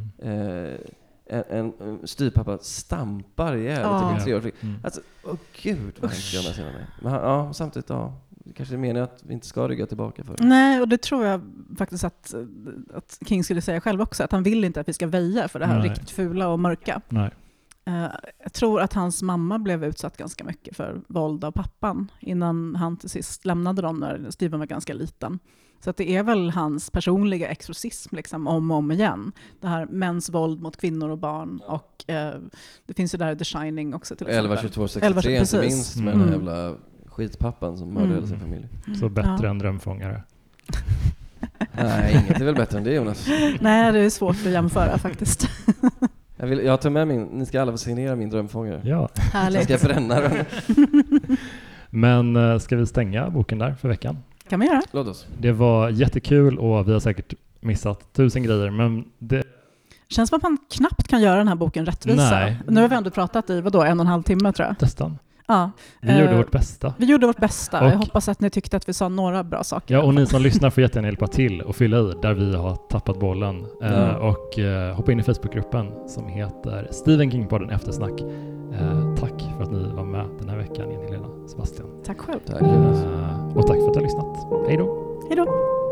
[SPEAKER 1] Mm.
[SPEAKER 3] eh, en, en, en styrpappa stampar ihjäl
[SPEAKER 2] Ja.
[SPEAKER 3] ett tre år flick.
[SPEAKER 1] Mm.
[SPEAKER 3] Alltså, åh gud vad hemskt jag scenen är. Men han- ja, samtidigt, ja, det kanske är meningen att vi inte ska rygga tillbaka för det.
[SPEAKER 2] Nej, och det tror jag faktiskt att, att King skulle säga själv också. Att han vill inte att vi ska väja för det här
[SPEAKER 1] Nej.
[SPEAKER 2] riktigt fula och mörka.
[SPEAKER 1] Nej.
[SPEAKER 2] Uh, jag tror att hans mamma blev utsatt ganska mycket för våld av pappan innan han till sist lämnade dem när Steven var ganska liten. Så att det är väl hans personliga exorcism liksom, om och om igen. Det här mäns våld mot kvinnor och barn. Och uh, det finns ju där The Shining också till exempel.
[SPEAKER 3] elva tjugotvå sextiotre inte minst med mm. den jävla skitpappan som mördade mm. sin familj.
[SPEAKER 1] Så bättre ja. än Drömfångare.
[SPEAKER 3] Nej, inget är väl bättre än det, Jonas.
[SPEAKER 2] Nej, det är svårt att jämföra faktiskt.
[SPEAKER 3] Jag, vill, jag tar med min, ni ska alla få signera min Drömfångare.
[SPEAKER 1] Ja.
[SPEAKER 2] Härligt.
[SPEAKER 3] Jag ska bränna den.
[SPEAKER 1] Men uh, ska vi stänga boken där för veckan?
[SPEAKER 2] Kan vi göra.
[SPEAKER 3] Låt oss.
[SPEAKER 1] Det var jättekul och vi har säkert missat tusen grejer, men det
[SPEAKER 2] känns som att man knappt kan göra den här boken rättvisa.
[SPEAKER 1] Nej.
[SPEAKER 2] Nu har vi ändå pratat i vadå, en och en halv timme tror jag.
[SPEAKER 1] Nästan.
[SPEAKER 2] Ja.
[SPEAKER 1] Vi uh, gjorde vårt bästa.
[SPEAKER 2] Vi gjorde vårt bästa.
[SPEAKER 1] Och,
[SPEAKER 2] jag hoppas att ni tyckte att vi sa några bra saker.
[SPEAKER 1] Ja, och ni som lyssnar får jättegärna hjälpa till och fylla i där vi har tappat bollen. Mm. Uh, och uh, hoppa in i Facebookgruppen som heter Stephen King-podden Eftersnack. Uh, tack för att ni var med den här veckan, Jenny, Helena, Sebastian.
[SPEAKER 2] Tack själv.
[SPEAKER 3] Tack,
[SPEAKER 1] uh, och tack för att du har lyssnat. Hej då.
[SPEAKER 2] Hej då.